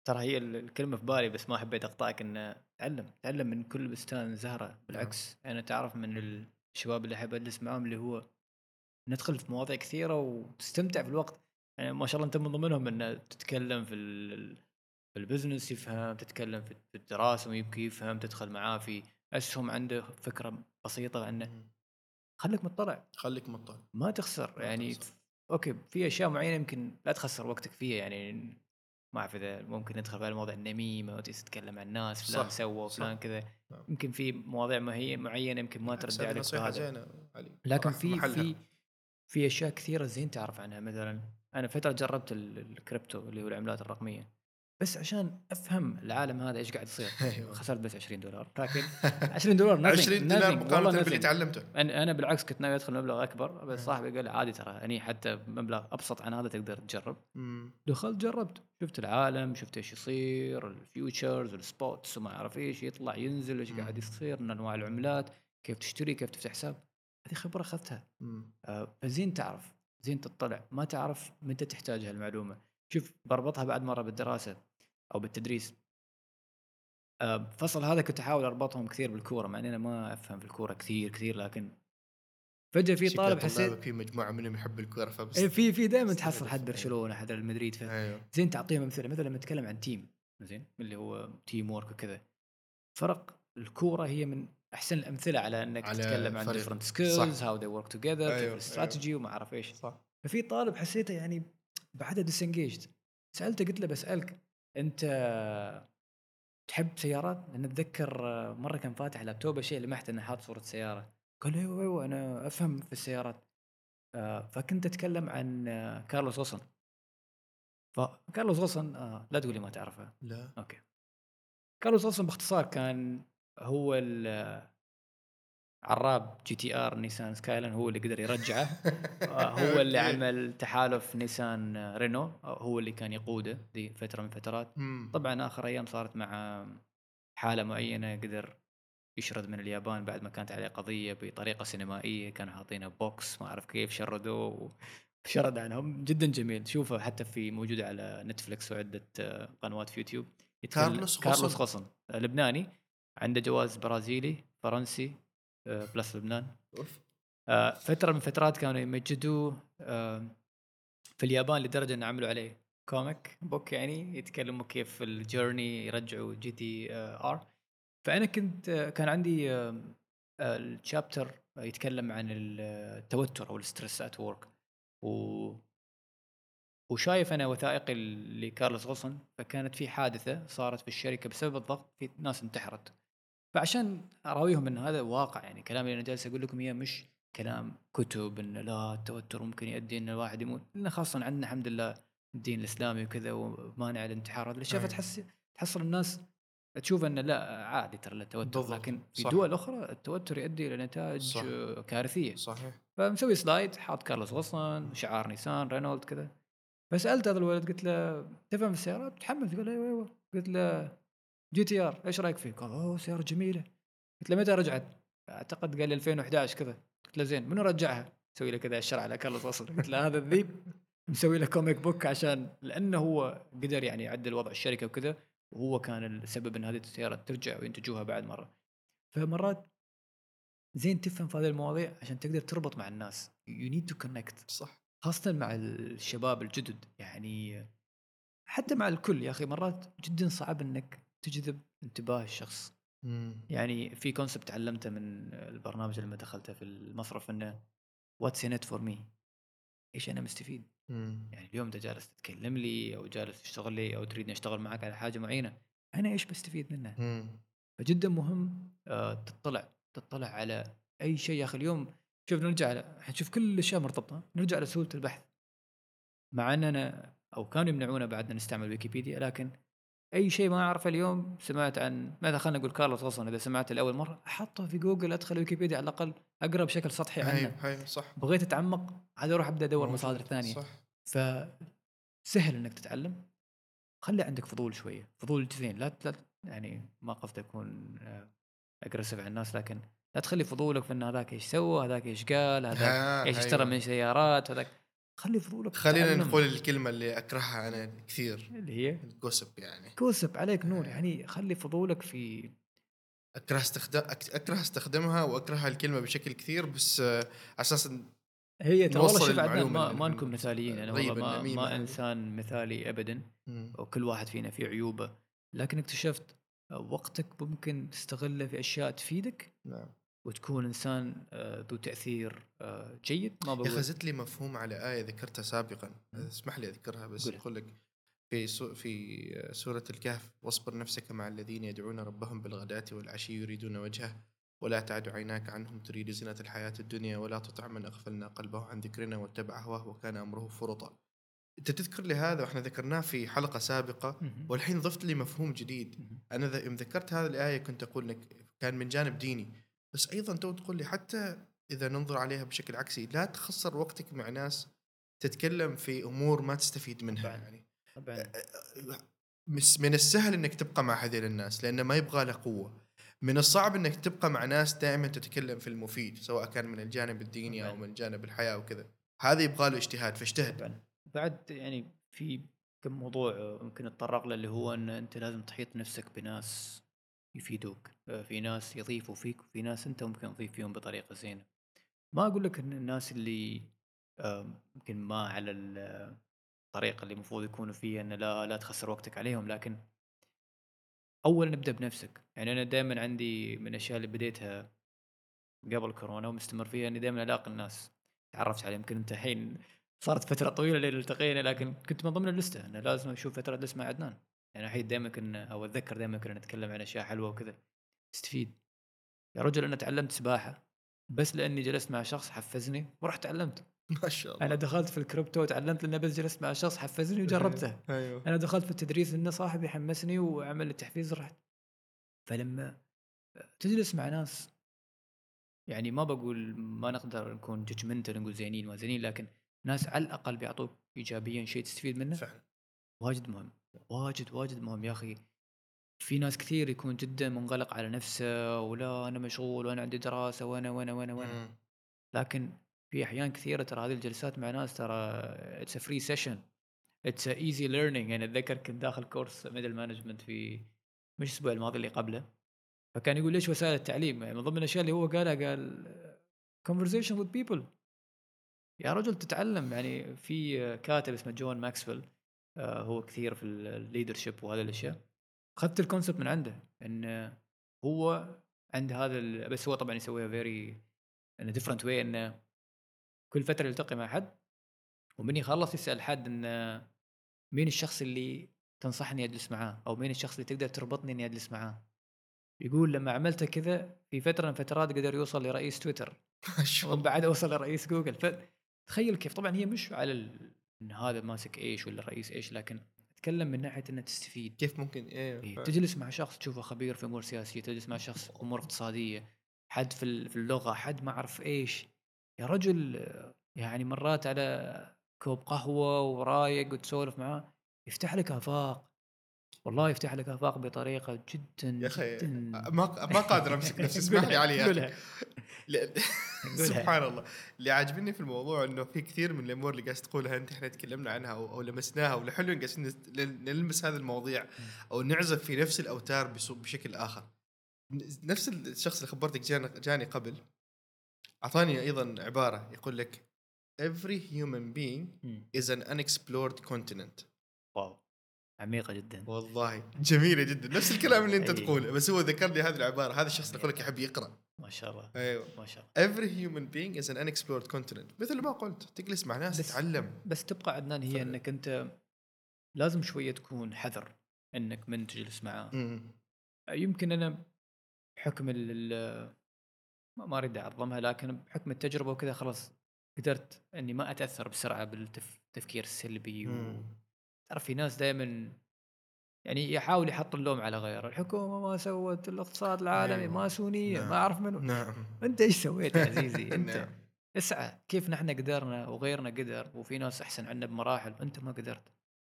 ترى هي الكلمة في بالي بس ما حبيت أقطعك، إنه تعلم من كل بستان زهرة. نعم. بالعكس أنا تعرف من الشباب اللي أحب أجلس معاهم اللي هو ندخل في مواضيع كثيرة وتستمتع في الوقت. يعني ما شاء الله أنت من ضمنهم، إن تتكلم في البزنس يفهم، تتكلم في الدراسة ويمكن يفهم، تدخل معاه في أسهم عنده فكرة بسيطة عنه. مم. خليك مطلع، خليك مطلع. ما تخسر ما يعني. تخسر. أوكي في أشياء معينة يمكن لا تخسر وقتك فيها، يعني ما أعرف إذا ممكن ندخل في الموضوع النميمة وتجلس تتكلم عن الناس، فلان صح سوى صح. فلان كذا. نعم. يمكن في مواضيع ما هي معينة يمكن ما بالعكس ترجع هذه لك نصيحة بهذا، زينة علي، لكن صراحة في في محلها. في أشياء كثيرة زين تعرف عنها. مثلا أنا فترة جربت الكريبتو اللي هو العملات الرقمية، بس عشان أفهم العالم هذا إيش قاعد يصير. ايوه. خسرت بس $20، لكن $20 nothing 20 دينار nothing والله مقارنة باللي nothing. تعلمته. أنا بالعكس كنت ناوي أدخل مبلغ أكبر، بس إيه. صاحبي قال لي عادي ترى، أني حتى مبلغ أبسط عن هذا تقدر تجرب. مم. دخلت جربت، شفت العالم، شفت ايش يصير، الفيوتشرز السبوتس وما اعرف ايش يطلع ينزل، ايش قاعد مم. يصير من انواع العملات، كيف تشتري، كيف تفتح حساب. هذه خبره اخذتها. مم. فزين تعرف، زين تطلع، ما تعرف متى تحتاج هالمعلومه. شوف بربطها بعد مره بالدراسه او بالتدريس. فصل هذا كنت احاول اربطهم كثير بالكوره، مع اني انا ما افهم في الكوره كثير، لكن فجاه في شكل طالب حسيت طلابك في مجموعة منهم يحب الكورة إيه، فبس في دائما تحصل استهدف. حد برشلونه، حد المدريد. ايوه. زين تعطيهم امثله، مثلا لما نتكلم عن تيم، زين اللي هو تيم وورك وكذا، فرق الكوره هي من احسن الامثله على انك على تتكلم عن فريق. different صح. skills how they work together، كيف ايوه ايوه. الاستراتيجي وما اعرف ايش. صح. ففي طالب حسيته يعني بعدها disengaged. سالته قلت له بسالك انت تحب سيارات؟ لان اتذكر مره كان فاتح لابتوب شيء، لمحت انه حاط صوره سياره. قال لي ايوه ايوه انا افهم في السيارات. فكنت اتكلم عن كارلوس غوسن. فكارلوس غوسن لا تقول لي ما تعرفه. لا. اوكي. كارلوس غوسن باختصار كان هو عراب جي تي ار نيسان سكايلاين، هو اللي قدر يرجعه. هو اللي اوكي. عمل تحالف نيسان رينو، هو اللي كان يقوده ذي فتره من فترات. مم. طبعا اخر ايام صارت مع حاله معينه، قدر يشرد من اليابان بعد ما كانت عليه قضيه بطريقه سينمائيه، كانوا حاطينه بوكس ما اعرف كيف شردوه وشرد عنهم. جدا جميل، شوفه حتى في موجوده على نتفلكس وعده قنوات في يوتيوب. يتكلم كارلوس كارلوس غصن. غصن، لبناني، عنده جواز برازيلي فرنسي بلس لبنان. اوف. فتره من فترات كانوا يمجدوه في اليابان لدرجه ان عملوا عليه كوميك بوك، يعني يتكلموا كيف الجيرني يرجعوا جي تي ار. فانا كان عندي الشابتر يتكلم عن التوتر او الستريس ات وورك، وشايف انا وثائقي لكارلوس غوسن. فكانت في حادثه صارت في الشركه بسبب الضغط، في ناس انتحرت. فعشان اراويهم ان هذا واقع، يعني كلام اللي انا جالس اقول لكم اياه مش كلام كتب ان لا التوتر ممكن يؤدي ان الواحد يموت، لان خاصه عندنا الحمد لله الدين الاسلامي وكذا ومانع الانتحار. هذه الاشياء أيوة. تحصل الناس تشوف ان لا عادي ترى التوتر، بالضبط. لكن في صح. دول اخرى التوتر يؤدي الى نتائج صح. كارثيه. صحيح. فمسوي سلايد حاط كارلوس غصن، شعار نيسان رينولد كذا. فسالت هذا الولد قلت له تفهم في السيارات؟ تحمس قال ايوه ايوه. قلت له جي تي ار ايش رايك فيه؟ قال اوه سياره جميله. قلت له متى رجعت؟ اعتقد قال لي 2011 كذا. قلت له زين منو رجعها؟ مسوي له كذا الشرع على كارلوس غصن. قلت له هذا الذيب مسوي له كوميك بوك عشان لانه هو قدر يعني يعدل وضع الشركه وكذا، وهو كان السبب ان هذه السيارات ترجع وينتجوها بعد مره. فمرات زين تفهم في هذه المواضيع عشان تقدر تربط مع الناس. you need to connect، صح. خاصة مع الشباب الجدد، يعني حتى مع الكل. يا أخي مرات جدا صعب أنك تجذب انتباه الشخص. مم. يعني في كونسبت تعلمته من البرنامج لما دخلته في المصرف، أنه what's in it for me، إيش أنا مستفيد. مم. يعني اليوم أنت جالس تتكلم لي أو جالس تشتغل لي أو تريدني أشتغل معك على حاجة معينة، أنا إيش بستفيد منها. مم. فجدا مهم تطلع على اي شيء. يا اخي اليوم شوف نرجع حنشوف كل الاشياء مرتبطه، نرجع لسهوله البحث. مع اننا او كانوا يمنعونا بعدنا نستعمل ويكيبيديا، لكن اي شيء ما اعرفه اليوم سمعت عن ماذا، خلينا نقول كارلوس غصن، اذا سمعت لاول مره احطه في جوجل، ادخل ويكيبيديا على الاقل اقرا بشكل سطحي ايوه عنه. ايوه صح. بغيت اتعمق عاد اروح ابدا ادور مصادر موجود. ثانيه. صح. فسهل انك تتعلم. خلي عندك فضول شويه، فضول زين. لا يعني ما قصدي اكون اجريسيف على الناس، لكن لا تخلي فضولك في ان هذاك ايش سوى، هذاك ايش قال، هذاك ايش اشترى ايوه. من سيارات، هذاك. خلي فضولك في خلينا التعلم. نقول الكلمة اللي أكرهها أنا كثير، اللي هي الgossip يعني. كوسب عليك نور، آه، يعني خلي فضولك في. أكره استخدمها وأكره الكلمة بشكل كثير، بس على أساس هي ترى والله نوصل شوف عدنان، المعلومة ما اللي ما نحن نكون مثاليين، انا والله الغيبة ما النميمة هذه. انسان مثالي ابدا، إمم، وكل واحد فينا فيه عيوبه، لكن اكتشفت وقتك ممكن تستغله في اشياء تفيدك نعم. وتكون انسان ذو تاثير جيد، ما يا أخي بقول. زدت لي مفهوم على آية ذكرتها سابقًا، مم. اسمح لي أذكرها بس قولها. يقول لك في سورة الكهف: واصبر نفسك مع الذين يدعون ربهم بالغداة والعشي يريدون وجهه ولا تعد عيناك عنهم تريد زينة الحياة الدنيا ولا تطع من أغفلنا قلبه عن ذكرنا واتبع هواه وكان أمره فرطا. أنت تذكر لي هذا وإحنا ذكرناه في حلقة سابقة، مهم. والحين ضفت لي مفهوم جديد. مهم. أنا يوم ذكرت هذه الآية كنت أقول لك كان من جانب ديني، بس أيضا تو تقول لي حتى إذا ننظر عليها بشكل عكسي لا تخسر وقتك مع ناس تتكلم في أمور ما تستفيد منها طبعا يعني. طبعا. من السهل انك تبقى مع هذيل الناس لانه ما يبغى له قوه. من الصعب انك تبقى مع ناس دائما تتكلم في المفيد سواء كان من الجانب الديني او طبعا من جانب الحياه وكذا. هذا يبغى له اجتهاد، فاجتهد. طبعا. بعد يعني في كم موضوع ممكن نتطرق له، اللي هو ان انت لازم تحيط نفسك بناس يفيدوك، في ناس يضيفوا فيك وفي ناس انت ممكن تضيف فيهم بطريقه زينه. ما اقول لك ان الناس اللي يمكن ما على الطريقه اللي المفروض يكونوا فيها ان لا تخسر وقتك عليهم، لكن اول نبدا بنفسك. يعني انا دائما عندي من الاشياء اللي بديتها قبل كورونا ومستمر فيها اني دائما الاقي الناس تعرفت عليهم. يمكن انت الحين صارت فتره طويله لين التقينا، لكن كنت من ضمن اللسته انه لازم اشوف فتره اجلس مع عدنان. يعني الحين دائما كنا او اتذكر دائما كنا نتكلم عن اشياء حلوه وكذا تستفيد. يا رجل انا تعلمت سباحه بس لاني جلست مع شخص حفزني ورحت تعلمت. ما شاء انا الله. دخلت في الكريبتو وتعلمت لاني بس جلست مع شخص حفزني وجربته. ايوه. انا دخلت في التدريس لانه صاحبي حمسني وعمل لي تحفيز رحت. فلما تجلس مع ناس، يعني ما بقول ما نقدر نكون ججمنتال نقول زينين ما زينين، لكن ناس على الاقل بيعطوك ايجابيا شيء تستفيد منه، فعلا. واجد مهم. واجد واجد مهم يا اخي. في ناس كثير يكون جدا منغلق على نفسه، ولا انا مشغول وانا عندي دراسه وانا، مم. لكن في احيان كثيره ترى هذه الجلسات مع ناس ترى اتس فري سيشن، اتس ايزي ليرنينج. يعني اتذكر كنت داخل كورس ميدل مانجمنت في مش الاسبوع الماضي اللي قبله، فكان يقول ليش وسائل التعليم، يعني من ضمن الاشياء اللي هو قالها قال conversation with people. يا رجل تتعلم. يعني في كاتب اسمه جون ماكسويل، هو كثير في الليدرشيب وهذه الاشياء، اخذت الكونسبت من عنده. ان هو عند هذا بس هو طبعا يسويها فيري ان ديفرنت واي، انه كل فتره يلتقي مع حد ومن يخلص يسال حد انه مين الشخص اللي تنصحني اجلس معاه، او مين الشخص اللي تقدر تربطني اني اجلس معاه. يقول لما عملت كذا في فتره من فترات قدر يوصل لرئيس تويتر، ما شاء ومن الله. بعدها وصل لرئيس جوجل. فتخيل كيف. طبعا هي مش على ان هذا ماسك ايش ولا رئيس ايش، لكن اتكلم من ناحيه انك تستفيد. كيف ممكن ايه إيه، فعلا. تجلس مع شخص تشوفه خبير في امور سياسيه، تجلس مع شخص في امور اقتصاديه، حد في في اللغه، حد ما اعرف ايش. يا رجل يعني مرات على كوب قهوه ورايق وتسولف معاه يفتح لك افاق. والله يفتح لك افاق بطريقه جدا يا اخي جدا. ما قادر امسك نفسي، اسمح لي قولها علي يا اخي. قولها لأن- قولها. سبحان الله. اللي عاجبني في الموضوع انه في كثير من الامور اللي قاعد تقولها انت احنا تكلمنا عنها او لمسناها، ولحلو قاعد نلمس هذا المواضيع او نعزف في نفس الاوتار بشكل اخر. نفس الشخص اللي خبرتك جاني قبل اعطاني ايضا عباره يقول لك every human being مم. is an unexplored continent. واو، عميقه جدا. والله جميله جدا، نفس الكلام اللي انت اي تقوله بس هو ذكر لي هذه العباره. هذا الشخص اللي يقول لك عميقه، يحب يقرا. ما شاء الله ايوه. ما شاء الله. every human being is an unexplored continent. مثل ما قلت تجلس مع ناس بس تتعلم. بس تبقى عدنان هي انك انت لازم شويه تكون حذر انك من تجلس معاه. امم. يمكن انا بحكم ما اريد اعظمها، لكن بحكم التجربه وكذا خلاص قدرت اني ما اتاثر بسرعه بالتفكير السلبي. امم. وتعرف في ناس دائما يعني يحاول يحط اللوم على غيره، الحكومه ما سوت، الاقتصاد العالمي، ايوه. ماسونيه، ما نعم. اعرف منو. نعم. انت ايش سويت يا عزيزي؟ انت نعم. اسعى كيف نحن قدرنا وغيرنا قدر، وفي ناس احسن عنا بمراحل وانت ما قدرت.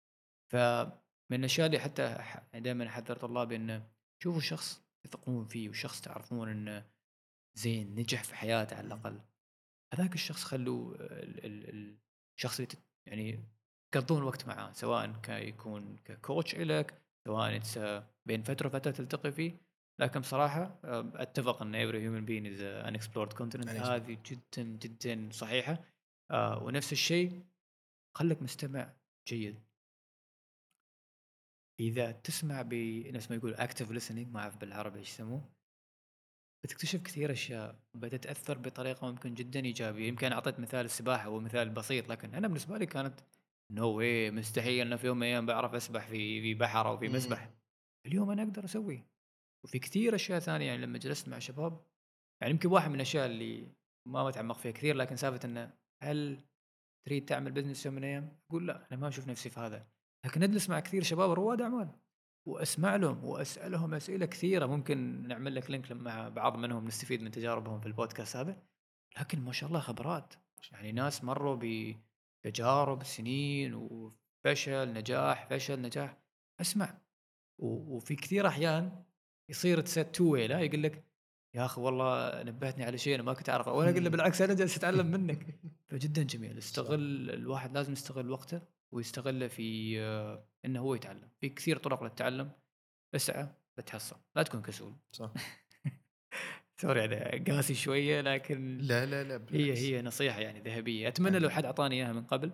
فمن الاشياء اللي حتى دائما احذر طلابي انه شوفوا شخص تثقون فيه وشخص تعرفون انه زين نجح في حياته على الاقل، هذاك الشخص خلوه شخص اللي يعني تقضون وقت معاه، سواء يكون ككوتش إلك، سواء بين فترة وفترة تلتقي فيه. لكن بصراحة أتفق أن every human being is an unexplored continent. يعني هذه جدا جدا صحيحة. ونفس الشيء، خلك مستمع جيد. إذا تسمع نفس ما يقول active listening، ما أعرف بالعربي إيش يسموه، بتكتشف كثير أشياء بتتأثر بطريقة ممكن جدا إيجابية. يمكن أعطيت مثال السباحة، هو مثال بسيط، لكن أنا بالنسبة لي كانت نو واي، مستحيل أن في يوم من الأيام بعرف أسبح في بحر أو في مسبح. اليوم أنا أقدر أسوي. وفي كثير أشياء ثانية، يعني لما جلست مع شباب، يعني يمكن واحد من الأشياء اللي ما بتعمق فيها كثير، لكن سالفة إنه هل تريد تعمل بزنس يوم من الأيام؟ أقول لا، أنا ما أشوف نفسي في هذا. لكن أجلس مع كثير شباب رواد أعمال واسمع لهم واسالهم اسئله كثيره، ممكن نعمل لك لينك مع بعض منهم نستفيد من تجاربهم في البودكاست هذا. لكن ما شاء الله خبرات، يعني ناس مروا بتجارب سنين وفشل نجاح فشل نجاح. اسمع. وفي كثير احيان يصير تسيت تو واي، لا يقول لك يا اخي والله نبهتني على شيء انا ما كنت اعرفه، وانا اقول له بالعكس انا جالس اتعلم منك. فجدا جميل. استغل الواحد لازم يستغل وقته ويستغله في انه هو يتعلم. في كثير طرق للتعلم. اسعى بتحصل، لا تكون كسول. صح. سوري انا قاسي شويه، لكن لا لا لا هي بالعكس. هي نصيحه يعني ذهبيه. اتمنى يعني لو حد اعطاني اياها من قبل.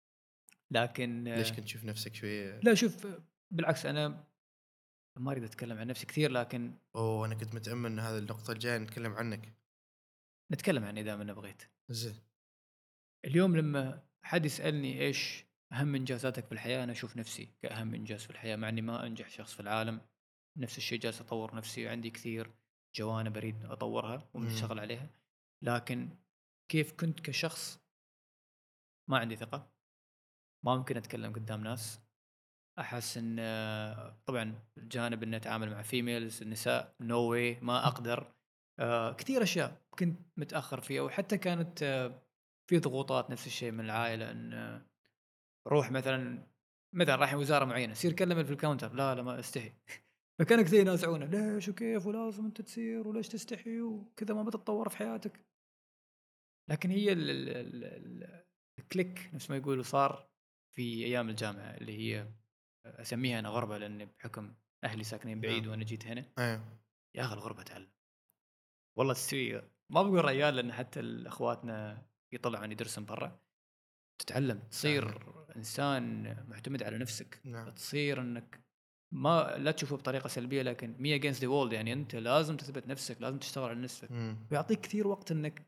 لكن ليش كنت تشوف نفسك شويه؟ لا شوف، بالعكس انا ما اريد اتكلم عن نفسي كثير، لكن اوه انا كنت متامل ان هذا النقطه الجايه نتكلم عنك. نتكلم عني اذا ما بغيت. زين. اليوم لما حد يسالني ايش اهم انجازاتك في الحياه، انا اشوف نفسي كاهم انجاز في الحياه، مع اني ما انجح شخص في العالم. نفس الشيء جالس اطور نفسي، وعندي كثير جوانب اريد اطورها ومشتغل عليها. لكن كيف كنت كشخص، ما عندي ثقة، ما ممكن أتكلم قدام ناس. أحس إن طبعا الجانب إني أتعامل مع فيميلز النساء نو واي، ما أقدر. كثير أشياء كنت متأخر فيها، وحتى كانت في ضغوطات نفس الشيء من العائلة، إن روح مثلا رايحين وزارة معينة، سير كلم في الكاونتر، لا لا ما استحي. فكان كثير ينازعونه، ليش وكيف ولازم أنت تسير وليش تستحي وكذا، ما بتتطور في حياتك. لكن هي الكليك نفس ما يقولوا صار في ايام الجامعه، اللي هي اسميها انا غربه، لان بحكم اهلي ساكنين بعيد وانا جيت هنا. ايوه. يا اخي الغربه تعلم والله. تستوي، ما بقول ريال لان حتى اخواتنا يطلعون يدرسون برا. تتعلم، تصير انسان معتمد على نفسك. نعم. تصير انك ما لا تشوفه بطريقه سلبيه، لكن مي اجينست ذا وولد، يعني انت لازم تثبت نفسك، لازم تشتغل على نفسك. ويعطيك كثير وقت انك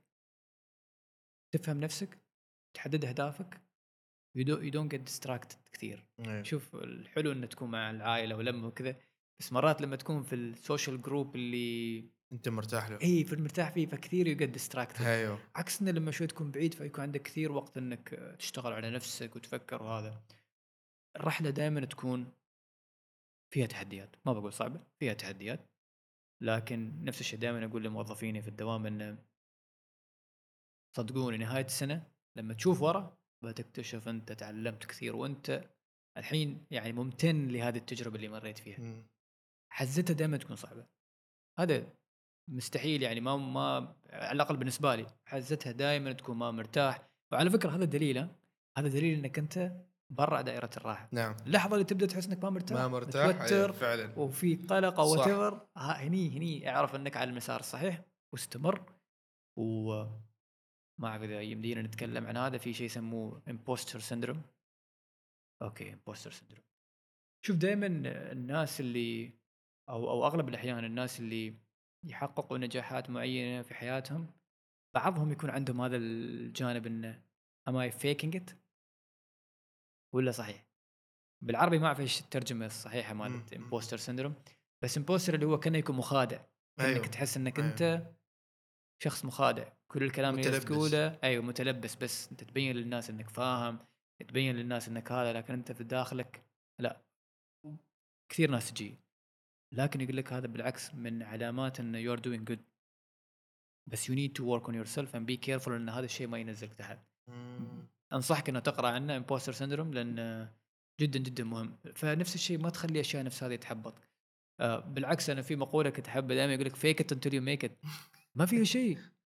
تفهم نفسك، تحدد اهدافك. you don't get distracted كثير. أيوه. شوف الحلو انه تكون مع العائله ولما وكذا، بس مرات لما تكون في السوشيال جروب اللي انت مرتاح له. في المرتاح فيه، فكثير you get distracted. ايوه. عكس انه لما شوي تكون بعيد، فيكون عندك كثير وقت انك تشتغل على نفسك وتفكر. وهذا الرحله دائما تكون فيها تحديات، ما بقول صعبه، فيها تحديات. لكن نفس الشيء دائما اقول لموظفيني في الدوام، انه صدقوني نهايه السنه لما تشوف ورا بتكتشف انت تعلمت كثير، وانت الحين يعني ممتن لهذه التجربة اللي مريت فيها. حزتها دائما تكون صعبة، هذا مستحيل، يعني ما على الأقل بالنسبة لي حزتها دائما تكون ما مرتاح. وعلى فكرة هذا دليل، هذا دليل انك انت برا دائرة الراحة. نعم. اللحظة اللي تبدأ تحس انك ما ما مرتاح، مرتاح أيوه متوتر فعلا. وفي قلق او صح. whatever، هني اعرف انك على المسار الصحيح واستمر. وما اعرف اذا يمدينا نتكلم عن هذا، في شيء يسموه imposter syndrome. اوكي، imposter syndrome. شوف دائما الناس اللي او اغلب الاحيان الناس اللي يحققوا نجاحات معينه في حياتهم، بعضهم يكون عندهم هذا الجانب، انه am I faking it ولا صحيح. بالعربي ما اعرف ايش الترجمه الصحيحه مالت امبوستر سيندروم، بس امبوستر اللي هو كانه يكون مخادع، كانك ايوه. تحس انك أيوه. انت شخص مخادع. كل الكلام اللي متلبس. تقوله ايوه متلبس، بس انت تبين للناس انك فاهم، تبين للناس انك هذا، لكن انت في داخلك لا. كثير ناس تجي، لكن يقول لك هذا بالعكس من علامات انه you are doing good، بس you need to work on yourself and be careful ان هذا الشيء ما ينزلك تحت. انصحك انه تقرا عنه imposter syndrome، لان جدا جدا مهم. فنفس الشيء ما تخلي اشياء نفس هذه تحبط. بالعكس انا في مقوله كنت احبها دائما، يقول لك fake it until you make it. ما فيها شيء.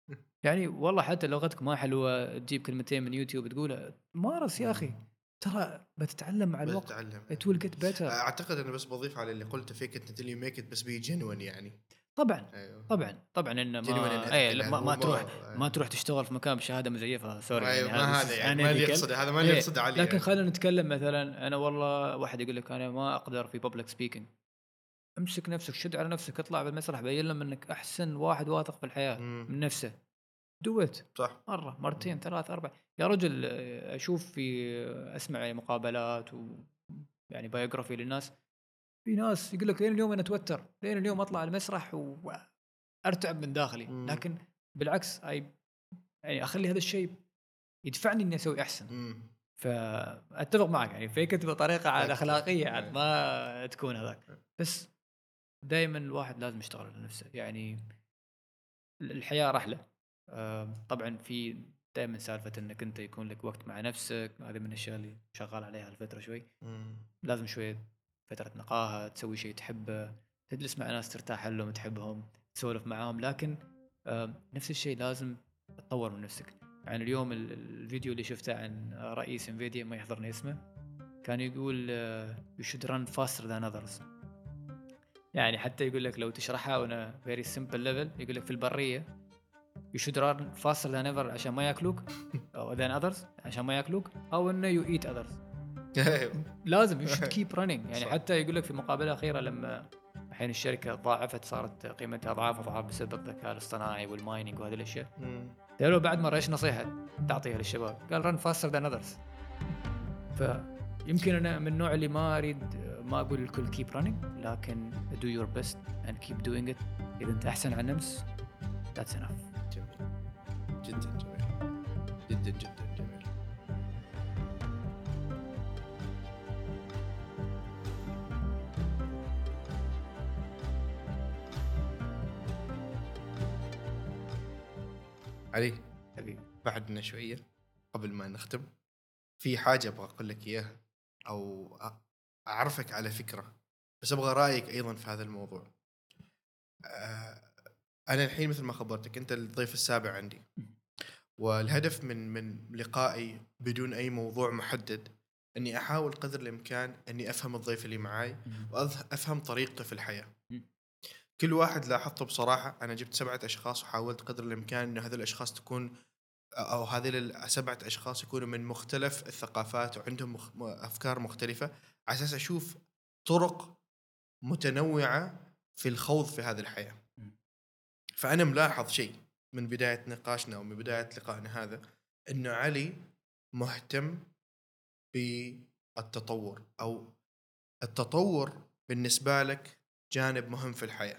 يعني والله حتى لغتك ما حلوة تجيب كلمتين من يوتيوب تقولها، مارس يا أخي، ترى بتتعلم مع الوقت. بتتعلم. it will get better. اعتقد انا بس بضيف على اللي قلته فيك انت اللي ميك ات بس بي جينوين يعني. طبعًا، ايوه طبعًا إنه جينوين ان ما اثيكال لا يعني مو ما تروح أيوه. ما تروح تشتغل في مكان بشهادة مزيفة sorry يعني ايوه هذا ما this هذا is يعني ما اللي unethical. يقصد هذا ما اللي إيه، يقصده علي لكن يعني. خلينا نتكلم مثلًا أنا والله واحد يقول لك أنا ما أقدر في public speaking، امسك نفسك، شد على نفسك، اطلع بالمسرح بين لهم إنك أحسن واحد واثق في الحياة امم من نفسه. do it صح. مرة، مرتين، 3، 4 يا رجل. أشوف أسمع يعني مقابلات ويعني biography للناس، في ناس يقول لك لين اليوم أنا أتوتر، لين اليوم أطلع على المسرح وأرتعب من داخلي، امم لكن بالعكس يعني أخلّي هذا الشيء يدفعني إني أسوي أحسن. امم فأتفق معك يعني fake it بطريقة عاد فاكت أخلاقية عاد ما تكون هذاك، بس دايمًا الواحد لازم يشتغل على نفسه، يعني الحياة رحلة. طبعًا في دايمًا سالفة إنك أنت يكون لك وقت مع نفسك، هذه من الأشياء اللي شغال عليها هالفترة شوي. امم لازم شوية فترة نقاهة، تسوي شيء تحبه، تجلس مع ناس ترتاح لهم تحبهم، تسولف معاهم، لكن نفس الشيء لازم تطور من نفسك. يعني اليوم الفيديو اللي شفته عن رئيس انفيديا ما يحضرني اسمه، كان يقول you should run faster than others. يعني حتى يقول لك لو تشرحها on a very simple level، يقول لك في البرية you should run faster than ever عشان ما ياكلوك، أو than others عشان ما ياكلوك، أو إنه you eat others. ايوه لازم you should keep running. يعني صح. حتى يقول لك في مقابلة أخيرة لما الحين الشركة ضاعفت، صارت قيمتها أضعاف بسبب الذكاء الاصطناعي والمايننج وهذه الأشياء. امم قالوا بعد مرة إيش نصيحة تعطيها للشباب؟ قال run faster than others. فيمكن أنا من النوع اللي ما أريد ما أقول الكل keep running، لكن do your best and keep doing it. إذا أنت أحسن عن أمس that's enough. جميل جدا جميل جدا جدا جميل. علي حبيبي. بعدنا شوية قبل ما نختم، في حاجة أبغى أقول لك إياها أو أعرفك على فكرة، بس أبغى رأيك أيضا في هذا الموضوع. آه، أنا الحين مثل ما خبرتك أنت الضيف السابع عندي، والهدف من لقائي بدون أي موضوع محدد أني أحاول قدر الإمكان أني أفهم الضيف اللي معاي وأفهم طريقته في الحياة. كل واحد لاحظته بصراحة، أنا جبت 7 أشخاص وحاولت قدر الإمكان أن هذه الأشخاص تكون أو هذه ال7 أشخاص يكونوا من مختلف الثقافات وعندهم أفكار مختلفة، على أساس أشوف طرق متنوعة في الخوض في هذه الحياة. فأنا ملاحظ شيء من بداية نقاشنا ومن بداية لقائنا هذا، إنه علي مهتم بالتطور، أو التطور بالنسبة لك جانب مهم في الحياة.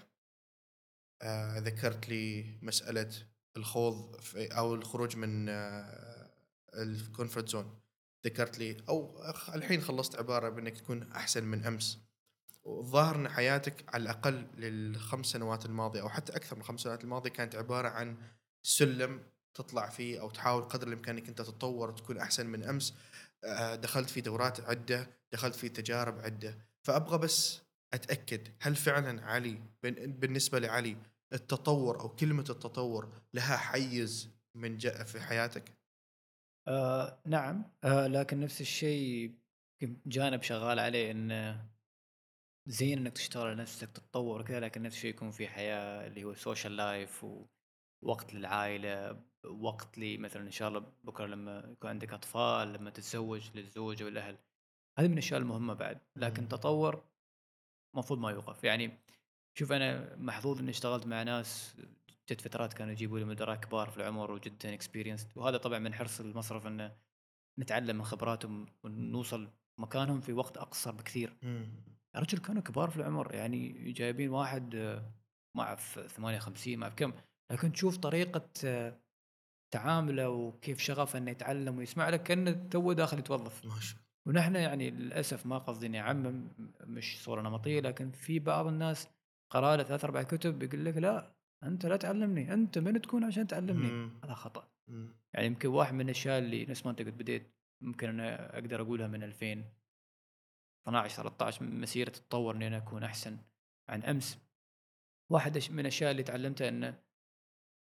ذكرت لي مسألة الخوض في أو الخروج من الكونفورت زون، ذكرت لي أو الحين خلصت عبارة بأنك تكون أحسن من أمس. والظاهر أن حياتك على الأقل لل5 سنوات الماضية أو حتى أكثر من 5 سنوات الماضية كانت عبارة عن سلم تطلع فيه أو تحاول قدر الإمكان أنك أنت تتطور وتكون أحسن من أمس. دخلت في دورات عدة، دخلت في تجارب عدة، فأبغى بس أتأكد هل فعلا علي بالنسبة لعلي التطور أو كلمة التطور لها حيز من جاء في حياتك؟ نعم. لكن نفس الشيء جانب شغال عليه إنه زين إنك تشتغل على نفسك تتطور وكذا، لكن نفس الشيء يكون في حياة اللي هو social life ووقت للعائلة، وقت لي مثلًا إن شاء الله بكرة لمّا يكون عندك أطفال، لمّا تتزوج للزوجة والأهل، هذه من الأشياء المهمة بعد. لكن تطور المفروض ما يوقف. يعني شوف أنا محظوظ إني اشتغلت مع ناس جت فترات كانوا يجيبوا لي مدراء كبار في العمر وجدًا experienced، وهذا طبعًا من حرص المصرف إنه نتعلم من خبراتهم ونوصل مكانهم في وقت أقصر بكثير. يا رجل كانوا كبار في العمر، يعني جايبين واحد ما أعرف 58 ما أعرف كم، لكن تشوف طريقة تعامله وكيف شغفه إنه يتعلم ويسمع لك كأنه توه داخل يتوظف. ما شاء ونحن يعني للأسف ما قصدي إني أعمم، مش صورة نمطية، لكن في بعض الناس قرأ له 3 4 كتب بيقول لك لا أنت لا تعلمني، أنت من تكون عشان تعلمني؟ الله. هذا خطأ. يعني يمكن واحد من الأشياء اللي نفس ما أنت قلت بديت، ممكن أنا أقدر أقولها من 2012 13 مسيرة تتطور إني أنا أكون أحسن عن أمس. واحد من الأشياء اللي تعلمتها إنه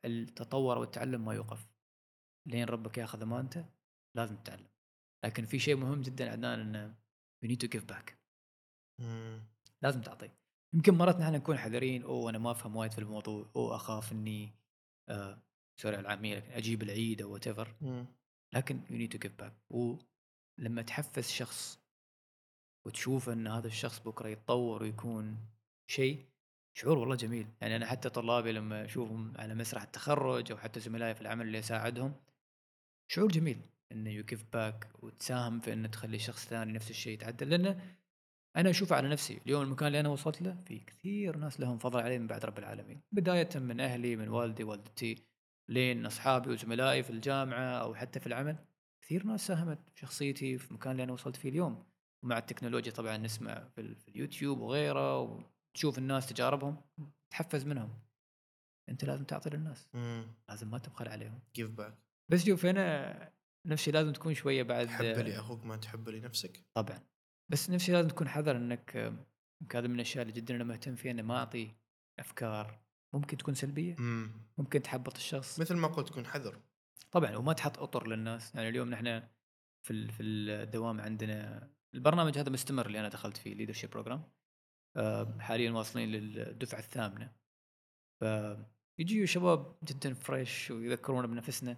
التطور والتعلم ما يوقف، لين ربك ياخذ امانته لازم تتعلم. لكن في شيء مهم جدا عدنان، انه you need to give back. لازم تعطي. يمكن مرات نحن نكون حذرين، او انا ما افهم وايد في الموضوع، او اخاف اني سوري على العاميه لكن اجيب العيد او وات ايفر. لكن you need to give back. ولما تحفز شخص وتشوف ان هذا الشخص بكره يتطور ويكون شيء، شعور والله جميل. يعني انا حتى طلابي لما اشوفهم على مسرح التخرج او حتى زملائي في العمل اللي اساعدهم، شعور جميل انه يو جيف باك وتساهم في انه تخلي شخص ثاني نفس الشيء يتعدل. لانه انا اشوف على نفسي اليوم المكان اللي انا وصلت له في كثير ناس لهم فضل علي من بعد رب العالمين، بدايه من اهلي، من والدي والدتي، لين اصحابي وزملائي في الجامعه او حتى في العمل. كثير ناس ساهمت في شخصيتي في المكان اللي انا وصلت فيه اليوم. ومع التكنولوجيا طبعا نسمع في اليوتيوب وغيره، وتشوف الناس تجاربهم تحفز منهم. انت لازم تعطي للناس، لازم ما تبخل عليهم. give back. بس شوف هنا نفسي لازم تكون شويه بعد. تحب لأخوك ما تحب لنفسك. طبعا. بس نفسي لازم تكون حذر انك هذا من الاشياء اللي جدا انا مهتم فيها، اني ما اعطي افكار ممكن تكون سلبيه، ممكن تحبط الشخص. مثل ما قلت تكون حذر. طبعا. وما تحط اطر للناس. يعني اليوم نحن في الدوام عندنا البرنامج هذا مستمر اللي انا دخلت فيه ليدرشيب بروجرام. حاليا واصلين للدفعه الثامنه. فيجي شباب جدا فريش ويذكرونا بنفسنا.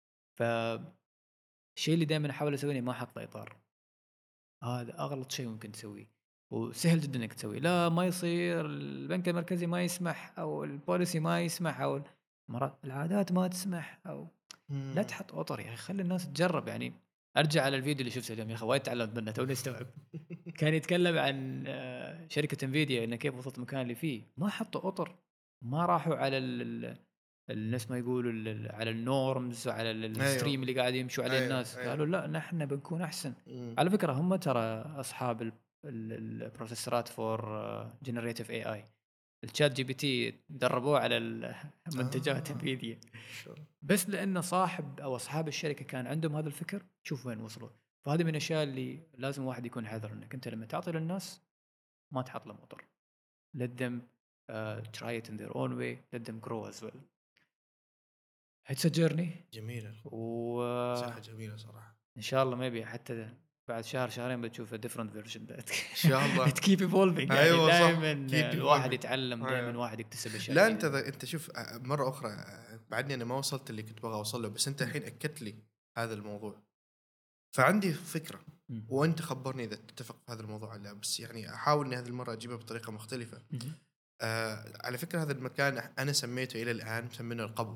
فالشيء اللي دائما احاول اسويه ما احط له اطار. هذا اغلط شيء ممكن تسويه، وسهل جدا انك تسويه. لا ما يصير، البنك المركزي ما يسمح، او البوليسي ما يسمح، او مرات العادات ما تسمح، او لا تحط اطر يا اخي، خلي الناس تجرب. يعني ارجع على الفيديو اللي شفته اليوم يا اخي، وايد تعلمت منه توني استوعب. كان يتكلم عن شركه انفيديا انه كيف وصلت المكان اللي فيه. ما حطوا اطر، ما راحوا على الناس ما يقولوا على النورمز وعلى الستريم اللي قاعد يمشوا عليه الناس. قالوا لا نحن بنكون احسن. على فكره هم ترى اصحاب البروسيسورات فور جنريتيف اي اي، الشات جي بي تي دربوه على منتجات انفيديا. بس لانه صاحب او اصحاب الشركه كان عندهم هذا الفكر، شوف وين وصلوا. فهذه من الاشياء اللي لازم واحد يكون حذر، انك انت لما تعطي للناس ما تحط لهم اطر. let them try it in their own way, let them grow as well. it's a journey. جميلة. صحة جميلة صراحة. ان شاء الله maybe حتى بعد شهر شهرين بتشوف a different version ان شاء الله. it keep evolving. يعني أيوة دائما الواحد الواحد يتعلم، دائما واحد يكتسب اشياء. لا انت شوف مرة اخرى، بعدني انا ما وصلت اللي كنت بغى اوصل له، بس انت الحين اكدت لي هذا الموضوع، فعندي فكرة وانت خبرني اذا تتفق في هذا الموضوع ولا لا. بس يعني احاول اني هذه المرة اجيبها بطريقة مختلفة. على فكرة هذا المكان انا سميته الى الان مسمينه القبو.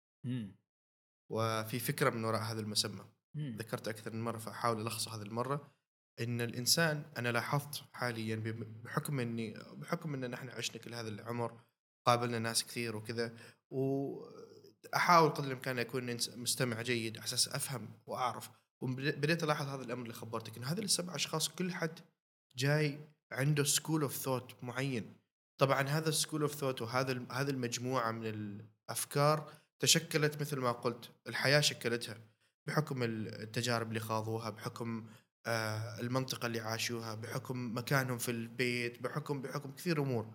وفي فكرة من وراء هذا المسمى ذكرت اكثر من مرة، فاحاول الخص هذه المرة. ان الانسان انا لاحظت حاليا بحكم ان نحن عشنا كل هذا العمر، قابلنا ناس كثير وكذا، واحاول قدر الامكان اكون مستمع جيد على اساس افهم واعرف. وبديت الاحظ هذا الامر اللي خبرتك، ان هذا السبع اشخاص كل حد جاي عنده سكول اوف ثوت معين. طبعا هذا السكول اوف ثوت وهذا المجموعه من الافكار تشكلت مثل ما قلت، الحياه شكلتها بحكم التجارب اللي خاضوها، بحكم المنطقة اللي عاشوها، بحكم مكانهم في البيت، بحكم كثير أمور.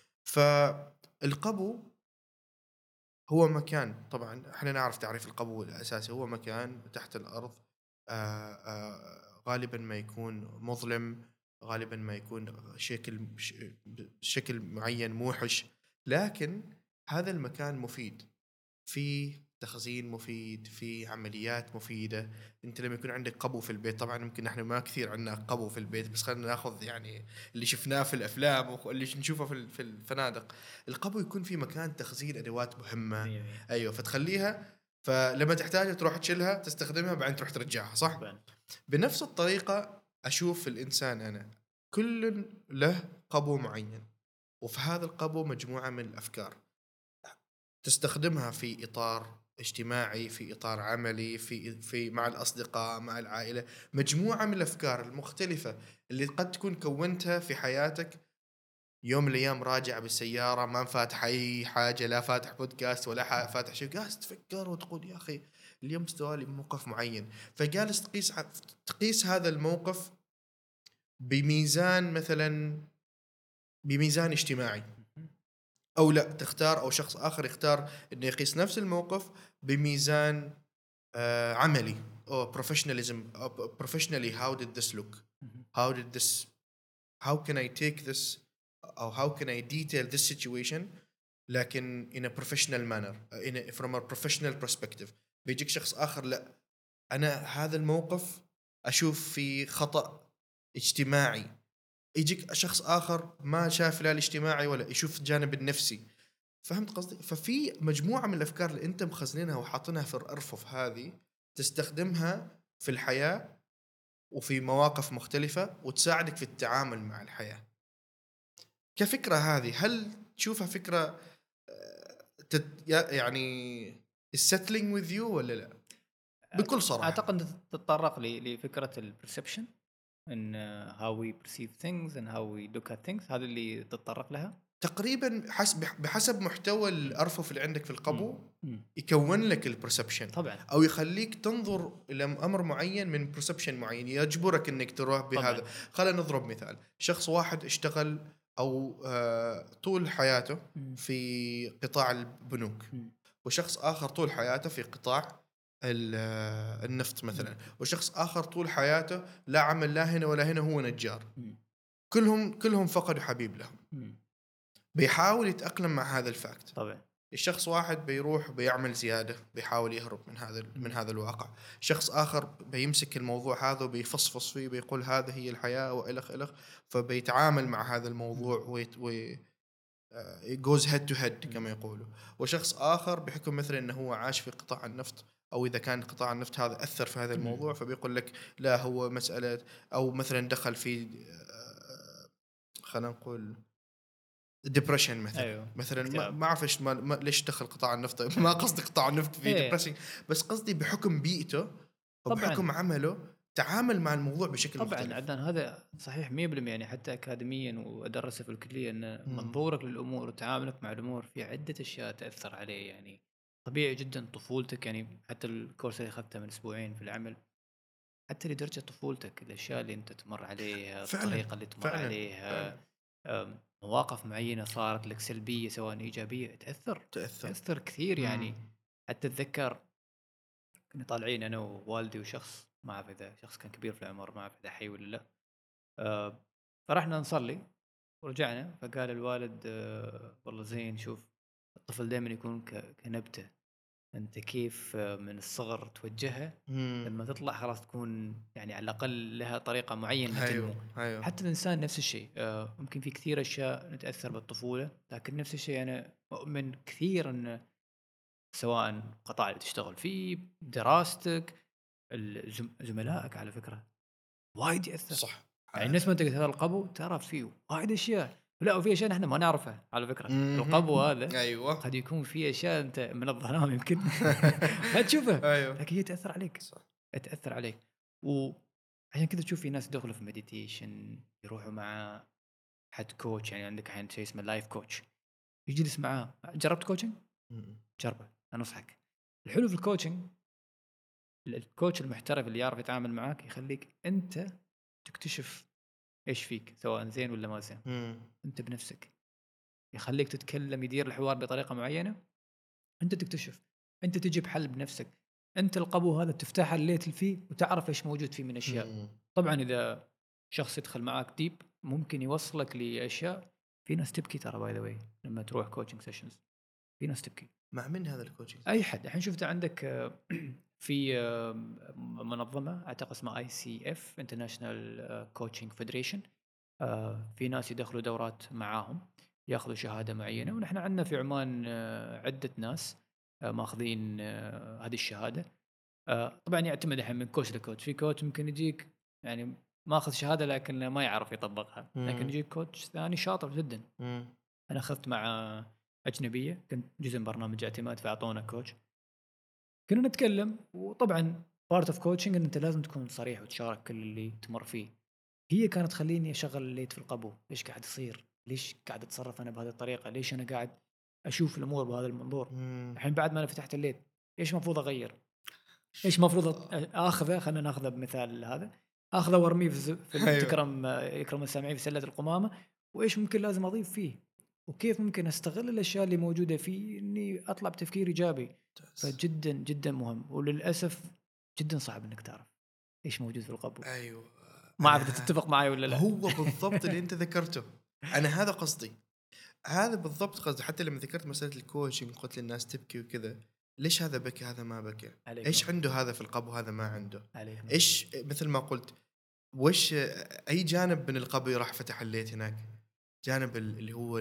فالقبو هو مكان، طبعا احنا نعرف تعريف القبو الأساسي، هو مكان تحت الأرض، غالبا ما يكون مظلم، غالبا ما يكون شكل معين موحش، لكن هذا المكان مفيد، فيه تخزين مفيد، في عمليات مفيدة. انت لما يكون عندك قبو في البيت، طبعا ممكن نحن ما كثير عندنا قبو في البيت، بس خلينا ناخذ يعني اللي شفناه في الافلام واللي نشوفه في الفنادق. القبو يكون في مكان تخزين ادوات مهمة. ايوه، فتخليها، فلما تحتاجها تروح تشيلها تستخدمها، بعدين تروح ترجعها، صح؟ بنفس الطريقة اشوف الانسان، انا كل له قبو معين، وفي هذا القبو مجموعة من الافكار تستخدمها في إطار اجتماعي، في إطار عملي، في مع الأصدقاء، مع العائلة، مجموعة من الأفكار المختلفة اللي قد تكون كونتها في حياتك. يوم من الأيام راجع بالسيارة، ما فاتح أي حاجة، لا فاتح بودكاست ولا فاتح شيء، جالس تفكر وتقول يا أخي اليوم استوى لي موقف معين، فجالس تقيس هذا الموقف بميزان، مثلا بميزان اجتماعي. أو لا تختار، أو شخص آخر يختار إنه يقيس نفس الموقف بميزان عملي أو professionalism أو professionally how did this look اهم. how did this how can I take this أو how can I detail this situation لكن in a professional manner from a professional perspective. بيجيك شخص آخر لا، أنا هذا الموقف أشوف فيه خطأ اجتماعي، يجيك شخص آخر ما شاف لا الاجتماعي ولا يشوف الجانب النفسي. فهمت قصدي؟ ففي مجموعة من الأفكار اللي أنت مخزنينها وحاطينها في الأرفف هذه تستخدمها في الحياة وفي مواقف مختلفة وتساعدك في التعامل مع الحياة. كفكرة هذه هل تشوفها فكرة يعني settling with you ولا لا؟ بكل صراحة. أعتقد أنت تتطرق لفكرة الperception إن how we perceive things and how we look at things، هذا اللي تتطرق لها؟ تقريبا بحسب محتوى الأرفف اللي عندك في القبو إمم. يكون لك البرسبشن طبعًا. أو يخليك تنظر إلى أمر معين من برسبشن معين يجبرك إنك تروح بهذا. طبعًا. خلينا نضرب مثال، شخص واحد اشتغل أو طول حياته في قطاع البنوك، وشخص آخر طول حياته في قطاع النفط مثلا، وشخص آخر طول حياته لا عمل لا هنا ولا هنا، هو نجار. كلهم فقدوا حبيب لهم. بيحاول يتأقلم مع هذا الفاكت. طبعا. الشخص واحد بيروح بيعمل زيادة، بيحاول يهرب من هذا الواقع. شخص آخر بيمسك الموضوع هذا وبيفصفص فيه، بيقول هذا هي الحياة وإلخ، فبيتعامل مع هذا الموضوع goes head to head كما يقولوا. وشخص آخر بحكم مثلا أنه هو عاش في قطاع النفط، أو إذا كان قطاع النفط هذا أثر في هذا الموضوع، فبيقول لك لا هو مسألة، أو مثلا دخل في خلينا نقول ديبريشن مثلا. أيوه. مثلا ما اعرف ايش ليش دخل قطاع النفط ما قصدي قطاع النفط في ديبريشن، بس قصدي بحكم بيئته وبحكم عمله تعامل مع الموضوع بشكل مختلف. طبعا عدنان هذا صحيح 100%. يعني حتى اكاديميا وادرسه في الكليه ان منظورك للامور وتعاملك مع الامور في عده اشياء تاثر عليه. يعني طبيعي جدا طفولتك، يعني حتى الكورس اللي اخذته من اسبوعين في العمل، حتى لدرجه طفولتك الاشياء اللي انت تمر عليها، الطريقه اللي تمر عليها، مواقف معينة صارت لك سلبية سواء إيجابية تأثر كثير. يعني حتى أتذكر كنا طالعين أنا ووالدي وشخص، ما أعرف إذا شخص كان كبير في العمر، ما أعرف إذا حي ولا لا. فرحنا نصلي ورجعنا، فقال الوالد والله زين، شوف الطفل دائما يكون كنبتة، أنت كيف من الصغر توجهها لما تطلع خلاص تكون يعني على الأقل لها طريقة معينة تنمو. أيوه. حتى الإنسان نفس الشيء. ممكن في كثير أشياء نتأثر بالطفولة، لكن نفس الشيء أنا مؤمن كثير أن سواء قطاع اللي تشتغل فيه، دراستك، زملائك على فكرة وايد يأثر. صح. يعني الناس ما تقدر القبو ترى فيه وايد أشياء، لا وفي أشياء نحن ما نعرفها على فكرة. القبو هذا أيوة. قد يكون في أشياء أنت من الظلام يمكن ما تشوفها. أيوة. لكن هي تأثر عليك. صح. تأثر عليك. وعشان كذا تشوف في ناس يدخلوا في مديتيشن، يروحوا مع حد كوتش. يعني عندك الحين شيء اسمه لايف كوتش، يجلس معاه. جربت كوتشنج؟ جربه، أنصحك. الحلو في الكوتشنج، الكوتش المحترف اللي يعرف يتعامل معاك يخليك أنت تكتشف إيش فيك، سواء زين ولا ما زين. أنت بنفسك يخليك تتكلم، يدير الحوار بطريقة معينة، أنت تكتشف، أنت تجي بحل بنفسك. أنت القبو هذا تفتح اللي فيه وتعرف إيش موجود فيه من أشياء. طبعا إذا شخص يدخل معاك ديب ممكن يوصلك لأشياء. في ناس تبكي ترى باي ذا واي لما تروح كوتشنج سيشنز، في ناس تبكي. مع من هذا الكوتشنج؟ أي حد. الحين شفت عندك في منظمة أعتقد اسمها ICF International Coaching Federation، في ناس يدخلوا دورات معاهم ياخذوا شهادة معينة، ونحن عندنا في عمان عدة ناس ماخذين هذه الشهادة. طبعا يعتمد الحين من كوتش لكوتش. في كوتش ممكن يجيك يعني ماخذ شهادة لكن ما يعرف يطبقها، لكن يجيك كوتش ثاني شاطر جدا. أنا أخذت مع أجنبية، كنت جزء من برنامج اعتماد، فأعطونا كوتش كنا نتكلم. وطبعا بارت اوف كوتشنج ان انت لازم تكون صريح وتشارك كل اللي تمر فيه. هي كانت تخليني اشغل الليت في القبو، ليش قاعد يصير، ليش قاعد اتصرف انا بهذه الطريقه، ليش انا قاعد اشوف الامور بهذا المنظور. الحين بعد ما انا فتحت الليت ايش المفروض اغير، ايش المفروض اخذه. خلينا ناخذه بمثال هذا، اخذه وارميه في تكرم يكرم السامعين في سله القمامه، وايش ممكن لازم اضيف فيه. وكيف ممكن استغل الاشياء اللي موجوده فيه اني اطلع بتفكير ايجابي. فجدا جدا مهم، وللاسف جدا صعب انك تعرف ايش موجود في القبو. ايوه. ما اعرف اذا تتفق معي ولا لا. هو بالضبط اللي انت ذكرته. انا هذا قصدي، هذا بالضبط قصدي. حتى لما ذكرت مساله الكوتشنج قلت للناس تبكي وكذا، ليش هذا بكى هذا ما بكى؟ عليك ايش نور. عنده هذا في القبو هذا ما عنده؟ عليك نور. ايش مثل ما قلت، وش اي جانب من القبو راح فتح الليت هناك؟ جانب اللي هو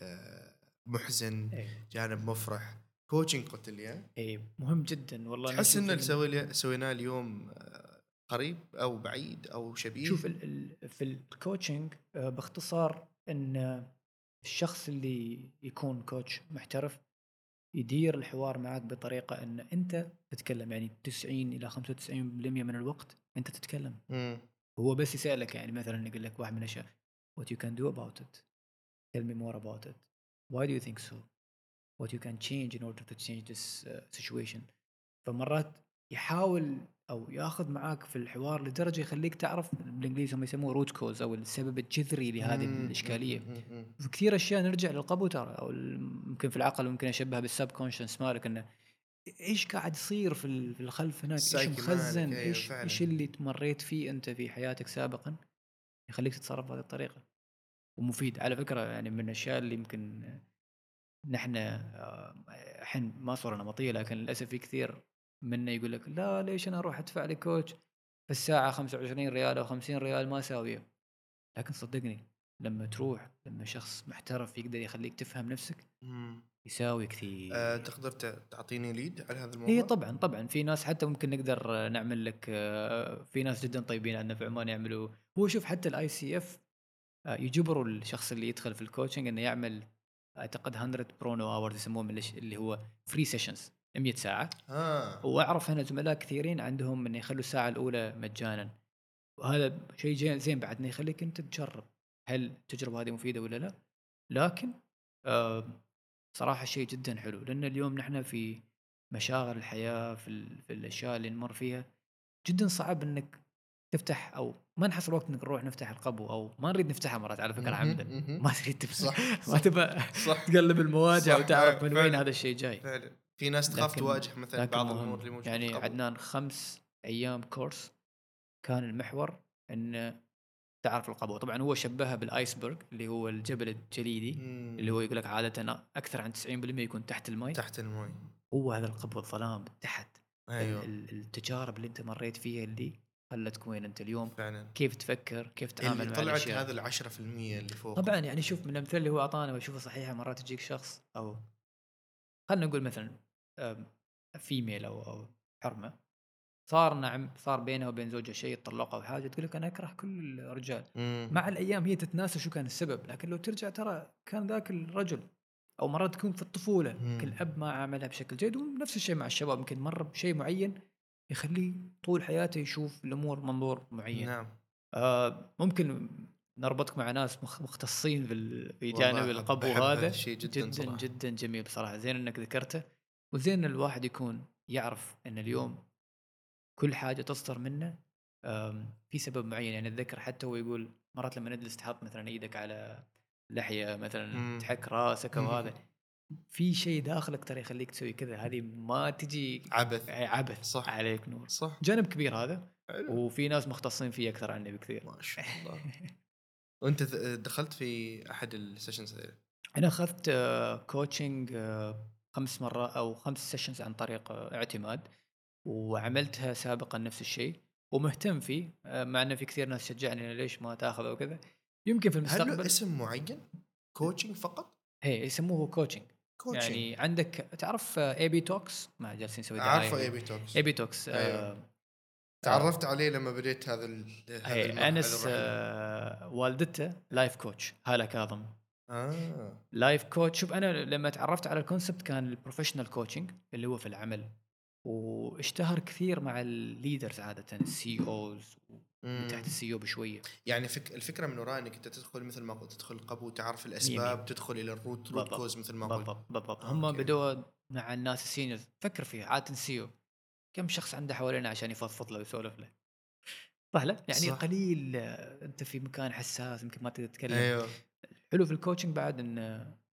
محزن، ايه جانب مفرح. كوتشنج قلت لي ها؟ ايه مهم جدا والله. أنا تحس أشوف ان اللي سويناه اليوم قريب او بعيد او شبيه؟ شوف في الكوتشنج باختصار ان الشخص اللي يكون كوتش محترف يدير الحوار معك بطريقة ان انت تتكلم، يعني 90 الى 95% من الوقت انت تتكلم. امم هو بس يسألك، يعني مثلا يقول لك واحد من الاشياء what you can do about it, tell me more about it, why do you think so, what you can change in order to change this situation. فمرات يحاول او ياخذ معاك في الحوار لدرجه يخليك تعرف، بالانجليزي هم يسموه روت كوز او السبب الجذري لهذه الاشكاليه. في كثير اشياء نرجع للقبو ترى، او ممكن في العقل ممكن اشبهها بالسب كونشنس مالك، انه ايش قاعد يصير في الخلف هناك، ايش السايكي مالك، مخزن، ايوه ايش فعلا. اللي تمريت فيه انت في حياتك سابقا يخليك تتصرف بهذه الطريقه. ومفيد على فكره، يعني من الاشياء اللي يمكن نحن الحين ما صورة نمطية، لكن للأسف في كثير منا يقول لك لا ليش أنا أروح أدفع لي كوتش في الساعة 25 ريال أو 50 ريال ما أساويه. لكن صدقني لما تروح، لما شخص محترف يقدر يخليك تفهم نفسك مم. يساوي كثير. تقدر تعطيني ليد على هذا هي الموضوع؟ طبعا طبعا في ناس حتى ممكن نقدر نعمل لك، في ناس جدا طيبين عندنا في عمان يعملوا. هو شوف حتى الاي سي اف يجبروا الشخص اللي يدخل في الكوتشنج انه يعمل اعتقد 100 برونو اورز يسموهم، اللي هو فري سيشنز 100 ساعه. واعرف انا زملاء كثيرين عندهم انه يخلوا الساعه الاولى مجانا، وهذا شيء زين بعد انه يخليك انت تجرب هل التجربه هذه مفيده ولا لا. لكن آه صراحه شيء جدا حلو، لان اليوم نحن في مشاغل الحياه، في الاشياء اللي نمر فيها جدا صعب انك تفتح، او ما نحصل وقت انك نروح نفتح القبو، او ما نريد نفتحها مرات على فكره عمدا. ما تريد صح ما تبى صح تقلب المواجع صح وتعرف من وين فعلا هذا الشيء جاي. فعلا. في ناس تخاف لكن تواجه مثلا بعض الامور اللي مهم، موجوده في يعني القبو. عدنان 5 ايام كورس كان المحور ان تعرف القبو. طبعا هو شبهها بالايسبرغ اللي هو الجبل الجليدي، اللي هو يقول لك عاده اكثر عن 90% يكون تحت الماء. تحت الماء. هو هذا القبو، الظلام تحت. ايوه التجارب اللي انت مريت فيها اللي خلتك وين انت اليوم، فعلا. كيف تفكر، كيف اللي تتعامل مع طلعت الاشياء. هذا 10% اللي فوق. طبعا يعني شوف من الامثله اللي هو اعطانا واشوفها صحيحه، مرات تجيك شخص او خلينا نقول مثلا فيميل او حرمه، صار بينها وبين زوجها شيء، طلقوا او حاجه، تقول لك انا اكره كل الرجال. مع الايام هي تتناسى شو كان السبب، لكن لو ترجع ترى كان ذاك الرجل، او مرات تكون في الطفوله يمكن الاب ما عملها بشكل جيد. ونفس الشيء مع الشباب، يمكن مر بشيء معين يخليه طول حياته يشوف الامور منظور معين. نعم. ممكن نربطك مع ناس مختصين في جانب والله القبو بحب هذا هذا. الشيء جدا جدا صراحه. جدا جميل بصراحه، زين انك ذكرته. وزين الواحد يكون يعرف ان اليوم كل حاجه تصدر منه في سبب معين. يعني اتذكر حتى هو يقول مرات لما نجلس تحط مثلا ايدك على لحيه، مثلا تحك راسك او هذا، في شيء داخلك ترى يخليك تسوي كذا، هذه ما تجي عبث. عبث. صح عليك نور. صح. جانب كبير هذا. حلو. وفي ناس مختصين فيه اكثر عني بكثير. ما شاء الله. وانت دخلت في احد السيشنز هذه؟ انا اخذت كوتشنج 5 مرات او 5 سيشنز عن طريق اعتماد، وعملتها سابقا نفس الشيء ومهتم فيه. مع انه في كثير ناس شجعني ليش ما تاخذه وكذا. يمكن في هل له المستقبل. اسم معين؟ كوتشنج فقط؟ هي يسموه كوتشنج. كوتشنج. يعني عندك تعرف اي بي توكس، ما جالسين نسوي دعايه. اعرفه اي بي توكس. اي بي توكس أيوه. تعرفت عليه لما بديت هذا انس الرحله. والدته لايف كوتش، هاله كاظم. اه لايف كوتش. شوف انا لما تعرفت على الكونسبت كان البروفيشنال كوتشنج اللي هو في العمل، واشتهر كثير مع الليدرز عاده السي اوز، تحت السي او بشويه. يعني الفكره من وراء انك انت تدخل مثل ما قلت، تدخل القبو تعرف مية الاسباب، تدخل الى الروت كوز مثل ما قلت. بالضبط. هم بدوا مع الناس السينيورز. فكر فيه عاده سي او كم شخص عنده حوالينا عشان يفضفض له ويسولف له؟ سهله يعني صح. قليل. انت في مكان حساس يمكن ما تقدر تتكلم. ايوه. حلو في الكوتشنج بعد ان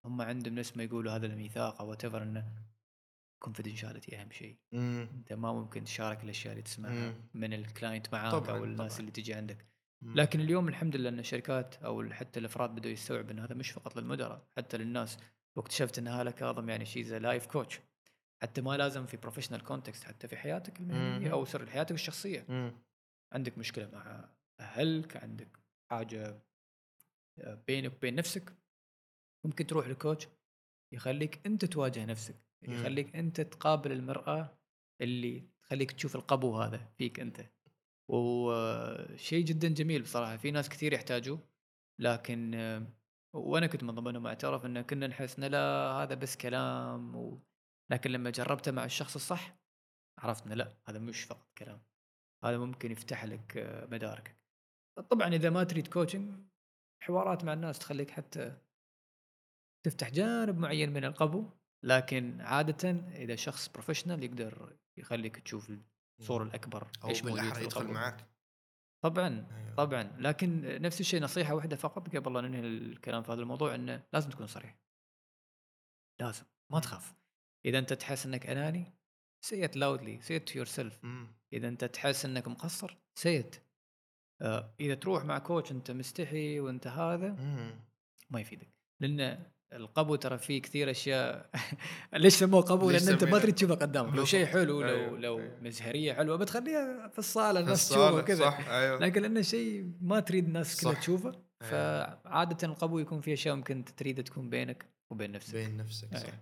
هم عندهم ناس ما يقولوا هذا الميثاق او whatever انه confidentiality اهم شيء. انت ما ممكن تشارك الاشياء اللي تسمعها من الكلاينت معاك طبعا او الناس طبعا. اللي تجي عندك. لكن اليوم الحمد لله ان الشركات او حتى الافراد بدوا يستوعب ان هذا مش فقط للمدراء، حتى للناس. واكتشفت ان هاله كاظم يعني شيء زي لايف كوتش، حتى ما لازم في بروفيشنال كونتكست، حتى في حياتك المهنيه او سر حياتك الشخصيه. عندك مشكله مع اهلك، عندك حاجه بينك وبين نفسك، ممكن تروح لكوتش يخليك انت تواجه نفسك، يخليك انت تقابل المراه اللي تخليك تشوف القبو هذا فيك انت. وشيء جدا جميل بصراحه، في ناس كثير يحتاجوه. لكن وانا كنت من ضمنهم، اعترف ان كنا نحس لا هذا بس كلام لكن لما جربته مع الشخص الصح عرفت ان لا هذا مش فقط كلام، هذا ممكن يفتح لك مداركك. طبعا اذا ما تريد كوتشنج، حوارات مع الناس تخليك حتى تفتح جانب معين من القبو. لكن عادة إذا شخص بروفيشنال يقدر يخليك تشوف الصورة الأكبر او إيش موجود بالاحرى في يدخل القبو. معك. طبعا أيوة. طبعا. لكن نفس الشيء، نصيحة واحدة فقط قبل لا ننهي الكلام في هذا الموضوع، إنه لازم تكون صريح. لازم ما تخاف. إذا أنت تحس إنك أناني say it loudly, say it to yourself. إذا أنت تحس إنك مقصر say it. إذا تروح مع كوتش أنت مستحي وأنت هذا ما يفيدك، لأن القبو ترى فيه كثير اشياء. ليش سموه قبو؟ ليش لان انت ما سمينا؟ تريد تشوفه قدامك. لو شيء بالضبط. حلو، أيوة. لو أيوة. مزهريه حلوه بتخليها في الصاله في الناس تشوفه الصالة وكذا. صح. ايوه. لكن لانه شيء ما تريد الناس كلها صح. تشوفه، أيوة. فعاده القبو يكون فيه اشياء ممكن انت تريد تكون بينك وبين نفسك. بين نفسك صح.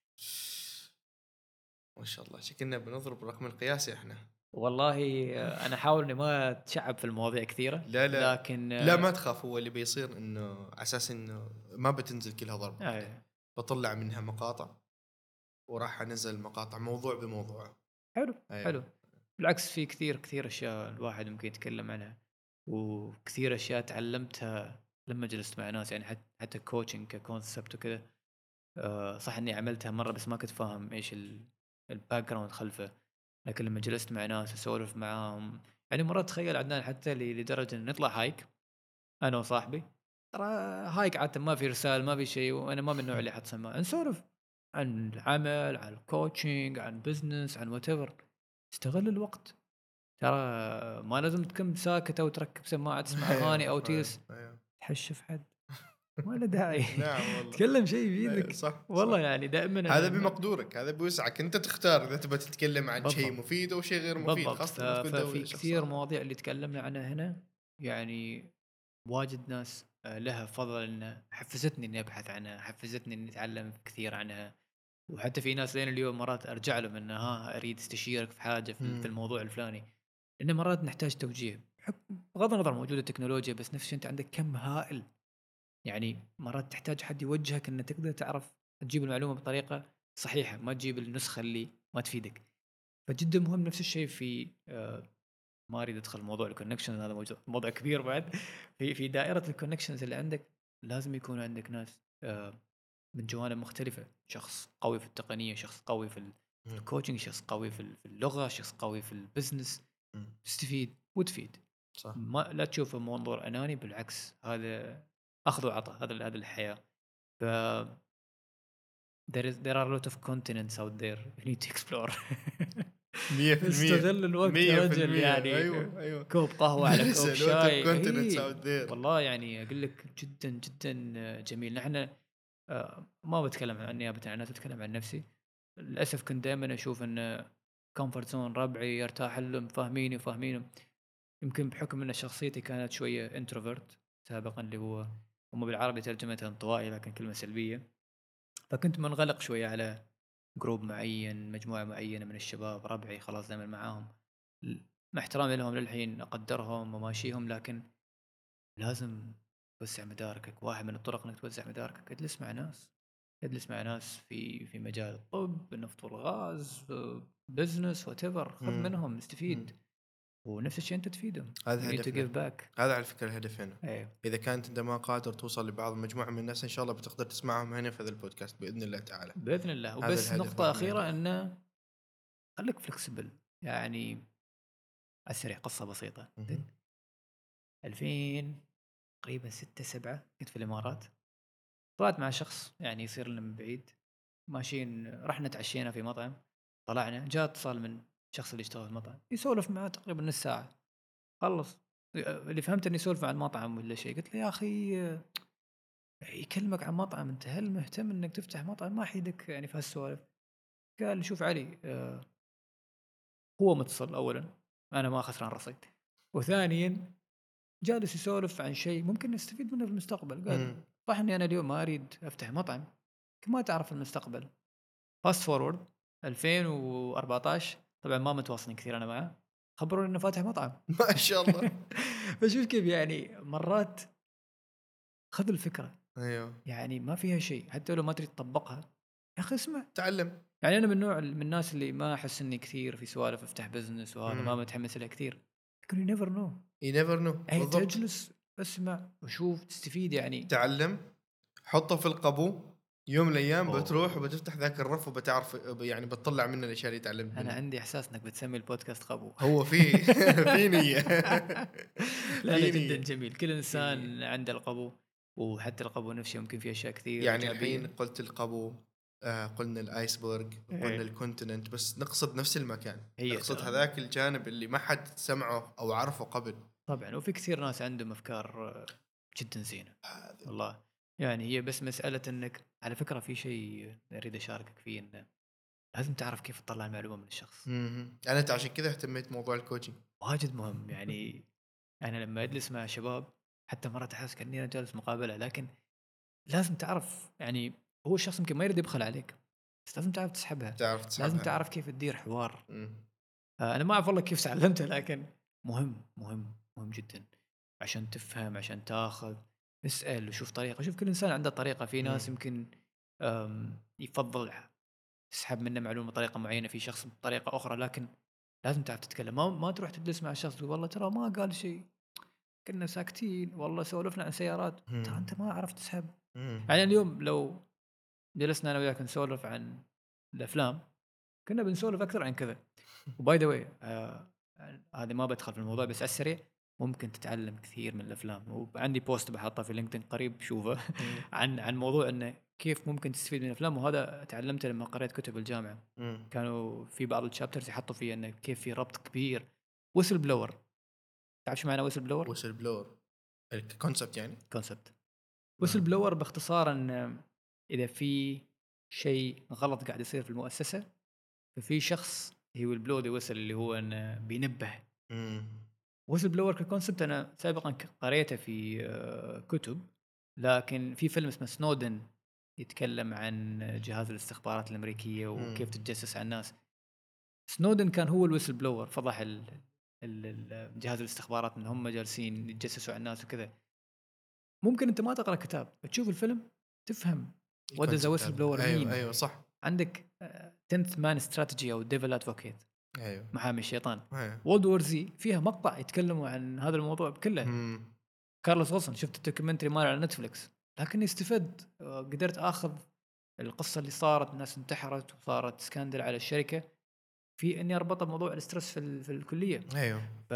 ما شاء الله شكلنا بنضرب الرقم القياسي احنا. والله انا احاول اني ما اتشعب في المواضيع كثيره. لا لا لكن لا ما تخاف. هو اللي بيصير انه على اساس انه ما بتنزل كلها ضربه واحده، بطلع منها مقاطع وراح انزل مقاطع موضوع بموضوع. حلو. أيوة. حلو. بالعكس في كثير اشياء الواحد ممكن يتكلم عنها، وكثير اشياء تعلمتها لما جلست مع ناس، يعني حتى كوتشنج ككونسبت وكذا. صح اني عملتها مره بس ما كنت فاهم ايش الباك جراوند خلفه. لكن لما جلست مع ناس اسولف معاهم، يعني مرات تخيل عدنان حتى لدرجه ان نطلع هايك انا وصاحبي، ترى هايك عاده ما في رسائل ما في شيء، وانا ما من النوع اللي يحط سماعه، نسولف عن العمل، عن الكوتشنج، عن بزنس، عن وات ايفر. استغل الوقت. ترى ما لازم تكون ساكت او تركب سماعه تسمع اغاني او تيس تحشف حد، ولا داعي. نعم والله. تكلم شيء بيدك. صح والله صح. يعني دائما هذا بمقدورك، هذا بيوسعك، انت تختار اذا تبى تتكلم عن شيء بالضبط مفيد او شيء غير مفيد، بالضبط. خاصه لما تكون ففي شخص كثير صالح. مواضيع اللي تكلمنا عنها هنا، يعني واجد ناس لها فضل ان حفزتني اني ابحث عنها، حفزتني اني اتعلم كثير عنها. وحتى في ناس لين اليوم مرات ارجع لهم انه اريد استشيرك في حاجه في الموضوع الفلاني. لان مرات نحتاج توجيه، بغض النظر موجوده التكنولوجيا، بس نفس الشيء انت عندك كم هائل. يعني مرات تحتاج حد يوجهك انك تقدر تعرف تجيب المعلومه بطريقه صحيحه، ما تجيب النسخه اللي ما تفيدك. فجدا مهم. نفس الشيء في ما اريد ادخل موضوع الكونكشن، هذا موضوع كبير بعد. في دائره الكونكشنز اللي عندك لازم يكون عندك ناس من جوانب مختلفه، شخص قوي في التقنيه، شخص قوي في الكوتشنج، شخص قوي في اللغه، شخص قوي في البزنس. تستفيد وتفيد. صح. ما لا تشوفه منظور اناني، بالعكس هذا اخذ وعطاء، هذا الحياه. ف there are a lot of continents out there you need to explore. 100%. استغل الوقت يا رجل. يعني ايوه ايوه. كوب قهوه على كوب شاي. كونتيننتس. والله يعني اقول لك جدا جدا جميل. نحن ما بتكلم عن نيابه عن الناس، بتكلم عن نفسي. للاسف كنت دائما اشوف ان كومفورت زون ربعي يرتاح لهم، فاهميني وفاهمينهم. يمكن بحكم ان شخصيتي كانت شويه انتروفيرت سابقا، اللي هو هم بالعربي ترجمتها انطوائي لكن كلمه سلبيه. فكنت منغلق شويه على جروب معين، مجموعه معينه من الشباب ربعي خلاص دائما معاهم. مع احترامي لهم للحين اقدرهم وماشيهم، لكن لازم توسع مداركك. واحد من الطرق انك توسع مداركك اجلس مع ناس، اجلس مع ناس في مجال الطب، النفط والغاز، بزنس، وات ايفر. خذ منهم استفيد. ونفس الشيء انت تفيدهم. هذا هدفنا. هذا على فكره الهدف هنا. أيوه. اذا كانت انت ما قادر توصل لبعض مجموعه من الناس، ان شاء الله بتقدر تسمعهم هنا في هذا البودكاست باذن الله تعالى. باذن الله. وبس نقطه اخيره انه خليك فلكسبل. يعني على السريع قصه بسيطه. 2000 تقريبا 6 7 كنت في الامارات. طلعت مع شخص يعني يصير لنا من بعيد، ماشيين رحنا تعشينا في مطعم، طلعنا جاء اتصال من الشخص اللي يشتغل في المطعم يسولف معاه تقريبا نص ساعة، خلص اللي فهمت انه يسولف عن المطعم ولا شيء، قلت له يا اخي يكلمك عن مطعم، انت هل مهتم انك تفتح مطعم؟ ما حيدك يعني في هالسوالف. قال شوف علي هو متصل اولا، انا ما خسران رصيد، وثانيا جالس يسولف عن شيء ممكن نستفيد منه في المستقبل. قال صح اني انا اليوم ما اريد افتح مطعم، ما تعرف المستقبل. فاست فورورد 2014، طبعا ما متواصلين كثير انا معه، خبروني انه فاتح مطعم. ما شاء الله. فشوف كيف يعني مرات خذ الفكره، ايوه يعني ما فيها شيء حتى لو ما تريد تطبقها، يا اخي اسمع. تعلم. يعني انا من نوع من الناس اللي ما احس اني كثير في سوالف افتح بزنس وهذا ما مم. متحمس لها كثير، لكن يو نيفر نو. you never know. اي بالضبط. تجلس اسمع وشوف تستفيد يعني. تعلم، حطه في القبو، يوم من الايام أوه. بتروح وبتفتح ذاك الرف وبتعرف يعني بتطلع منه الاشياء اللي تعلمت انا منه. عندي احساس انك بتسمي البودكاست قبو. هو في في نيه. لا في جدا نية. جميل، كل انسان عنده القبو، وحتى القبو نفسه ممكن فيه اشياء كثير يعني ايجابيه. الحين قلت القبو، قلنا الايسبرغ، قلنا إيه. الكونتيننت، بس نقصد نفس المكان، هي نقصد ترى. هذاك الجانب اللي ما حد سمعه او عرفه قبل. طبعا وفي كثير ناس عندهم افكار جدا زينه والله. يعني هي بس مساله انك، على فكره في شيء اريد اشاركك فيه، انه لازم تعرف كيف تطلع المعلومه من الشخص. انا عشان كذا اهتميت موضوع الكوتشنج. واجد مهم يعني. انا لما اجلس مع شباب حتى مرات احس كاني انا جالس مقابله، لكن لازم تعرف يعني هو الشخص يمكن ما يريد يبخل عليك، بس لازم تعرف تسحبها، تعرف تسحبها. لازم تعرف كيف تدير حوار. مم. انا ما اعرف والله كيف تعلمته، لكن مهم مهم مهم جدا عشان تفهم، عشان تاخذ، اسال وشوف طريقه. شوف كل انسان عنده طريقه، في ناس يمكن يفضل تسحب منه معلومه بطريقه معينه، في شخص بطريقه اخرى، لكن لازم تعرف تتكلم. ما تروح تجلس مع شخص تقول والله ترى ما قال شيء، كنا ساكتين، والله سولفنا عن سيارات، ترى انت ما عرفت تسحب. يعني اليوم لو جلسنا انا وياك نسولف عن الافلام، كنا بنسولف اكثر عن كذا. وباي ذا واي هذه ما بدخل في الموضوع، بس على السريع ممكن تتعلم كثير من الافلام. وعندي بوست بحطه في لينكدين قريب شوفه عن موضوع انه كيف ممكن تستفيد من الافلام، وهذا تعلمته لما قريت كتب الجامعه. كانوا في بعض الشابترز يحطوا فيه انه كيف في ربط كبير. ويسل بلور، تعرف شو معنى ويسل بلور؟ ويسل بلور الكونسبت يعني كونسبت. ويسل بلور باختصار ان اذا في شيء غلط قاعد يصير في المؤسسه، ففي شخص هي البلو ذا ويسل، اللي هو انه بينبه. ويسل بلور ككونسبت انا سابقا قريته في كتب، لكن في فيلم اسمه سنودن يتكلم عن جهاز الاستخبارات الامريكيه وكيف تتجسس على الناس. سنودن كان هو الويسل بلور، فضح جهاز الاستخبارات ان هم جالسين يتجسسوا على الناس وكذا. ممكن انت ما تقرا كتاب، تشوف الفيلم تفهم وات ذا ويسل بلور مين. ايوه صح. عندك 10th مان استراتيجي او ديفل ادفوكيت، ايوه محامي الشيطان. أيوة. وولد وور زي فيها مقطع يتكلموا عن هذا الموضوع كله. كارلوس غولسون شفت الدوكيومنتري مال على نتفليكس، لكن استفدت، قدرت اخذ القصه اللي صارت، الناس انتحرت وصارت سكاندل على الشركه، في اني اربطها بموضوع الاسترس في الكليه. ايوه ف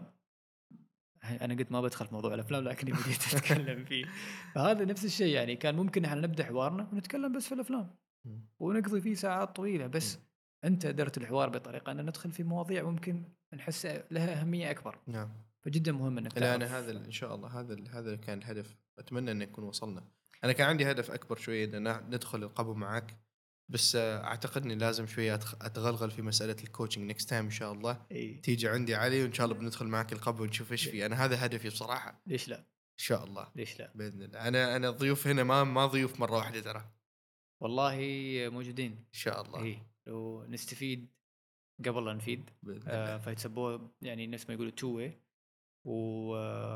انا قلت ما بدخل في موضوع الافلام، لكني بديت اتكلم فيه. فهذا نفس الشيء يعني، كان ممكن احنا نبدا حوارنا ونتكلم بس في الافلام ونقضي فيه ساعات طويله، بس انت درت الحوار بطريقه ان ندخل في مواضيع ممكن نحس لها اهميه اكبر. نعم. فجدا مهم انك تعرف. لا انا هذا ان شاء الله هذا كان الهدف، اتمنى ان نكون وصلنا. انا كان عندي هدف اكبر شويه ان ندخل القبو معك، بس اعتقد اني لازم شويه اتغلغل في مساله الكوتشنج نكست تايم ان شاء الله. تيجي عندي علي وان شاء الله بندخل معك القبو ونشوف ايش في. انا هذا هدفي بصراحه. ليش لا؟ ان شاء الله. ليش لا؟ باذن الله. انا ضيوف هنا ما ضيوف مره واحده ترى. والله موجودين ان شاء الله. لو نستفيد قبل لا نفيد. فيتسبوه يعني الناس ما يقولوا تو واي. و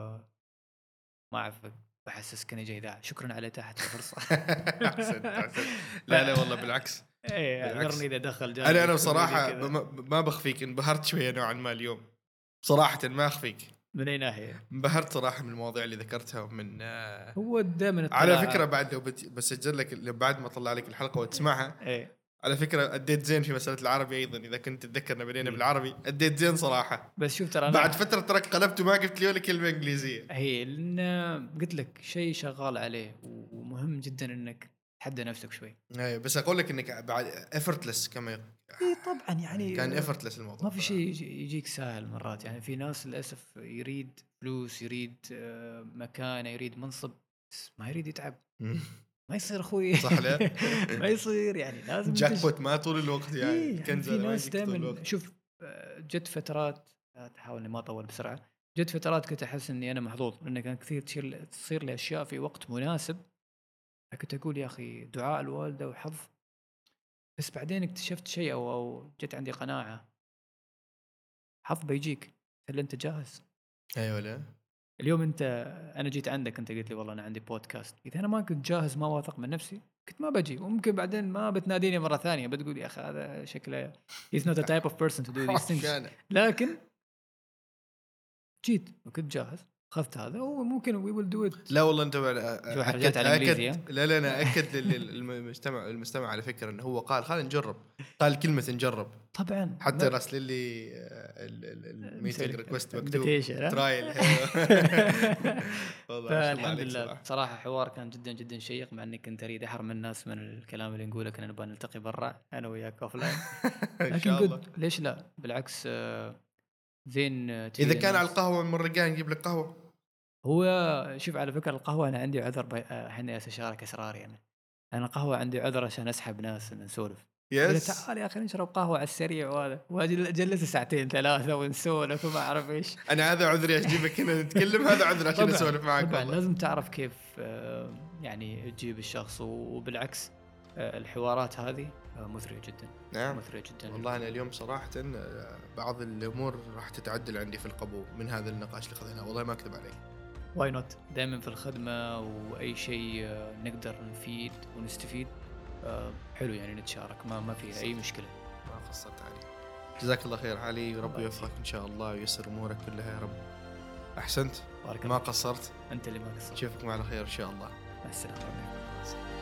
ما اعرف بحسسك اني جاي ذا. شكرا على اتاحه الفرصه. احسنت. لا والله بالعكس. اعذرني اذا دخل انا بصراحه ما بخفيك، انبهرت شويه نوعا ما اليوم صراحه، ما اخفيك. من اي ناحيه؟ انبهرت صراحه من المواضيع اللي ذكرتها ومن هو دائما على فكره بعد لو بسجل لك بعد ما اطلع لك الحلقه وتسمعها. على فكره اديت زين في مساله العربي ايضا، اذا كنت تتذكرنا بدينا بالعربي اديت زين صراحه. بس شوف ترى بعد فتره ترك قلبت وما قلت لي ولا كلمه انجليزيه. هي لان قلت لك شيء شغال عليه ومهم مهم جدا انك تحدى نفسك شوي. اي بس اقول لك انك بعد effortless كما اي طبعا يعني كان effortless الموضوع. ما في شيء يجيك سهل مرات. يعني في ناس للاسف يريد فلوس، يريد مكانه، يريد منصب، بس ما يريد يتعب. ما يصير اخوي. صح لا ما يصير يعني لازم جاك بوت ما طول الوقت يعني إيه يعني كنزة في ما ناس يجيك طول دائما الوقت. شوف جت فترات تحاول اني ما اطول بسرعه. جت فترات كنت احس اني انا محظوظ لان كان كثير تصير لي اشياء في وقت مناسب. كنت اقول يا اخي دعاء الوالده وحظ. بس بعدين اكتشفت شيء او جت عندي قناعه حظ بيجيك. هل انت جاهز؟ ايوه لا اليوم انت انا جيت عندك انت قلت لي والله انا عندي بودكاست. اذا انا ما كنت جاهز ما واثق من نفسي كنت ما بجي. وممكن بعدين ما بتناديني مره ثانيه بتقول يا اخي هذا شكله he's not a type of person to do these things. لكن جيت وكنت جاهز اخذت هذا وممكن we will do it. لا والله انت رجعت على الانجليزي. لا انا اكد للمستمع على فكره انه هو قال خلينا نجرب، قال كلمه نجرب طبعا حتى راسل لي الميتنج ريكوست مكتوب ترايل. والله الحمد لله صراحه حوار كان جدا جدا شيق. مع اني كنت اريد احرم الناس من الكلام اللي نقوله كنا نبغى نلتقي برا انا وياك اوفلاين. لكن قلت ليش لا بالعكس زين. اذا كان على القهوه المره الجايه نجيب لك قهوه. هو شوف على فكره القهوه انا عندي عذر احنا استشارك اسرار يعني. انا القهوه عندي عذر عشان اسحب ناس نسولف. تعال يا اخي نشرب قهوه على السريع وهذا واجي اجلس ساعتين ثلاثه ونسولف وما اعرف ايش. انا هذا عذري اجيبك هنا نتكلم، هذا عذري عشان اسولف معك. طبعا لازم تعرف كيف يعني تجيب الشخص. وبالعكس الحوارات هذه مثريه جدا. نعم مثريه جدا والله. انا اليوم صراحه بعض الامور راح تتعدل عندي في القبول من هذا النقاش اللي خذيناه، والله ما اكذب عليك. واي نوت. دائما في الخدمه واي شيء نقدر نفيد ونستفيد حلو يعني نتشارك. ما في اي مشكله. ما قصرت علي. جزاك الله خير علي وربي يوفقك ان شاء الله وييسر امورك كلها يا رب. احسنت ما قصرت. انت اللي ما قصرت. اشوفكم على خير ان شاء الله. مع السلامه.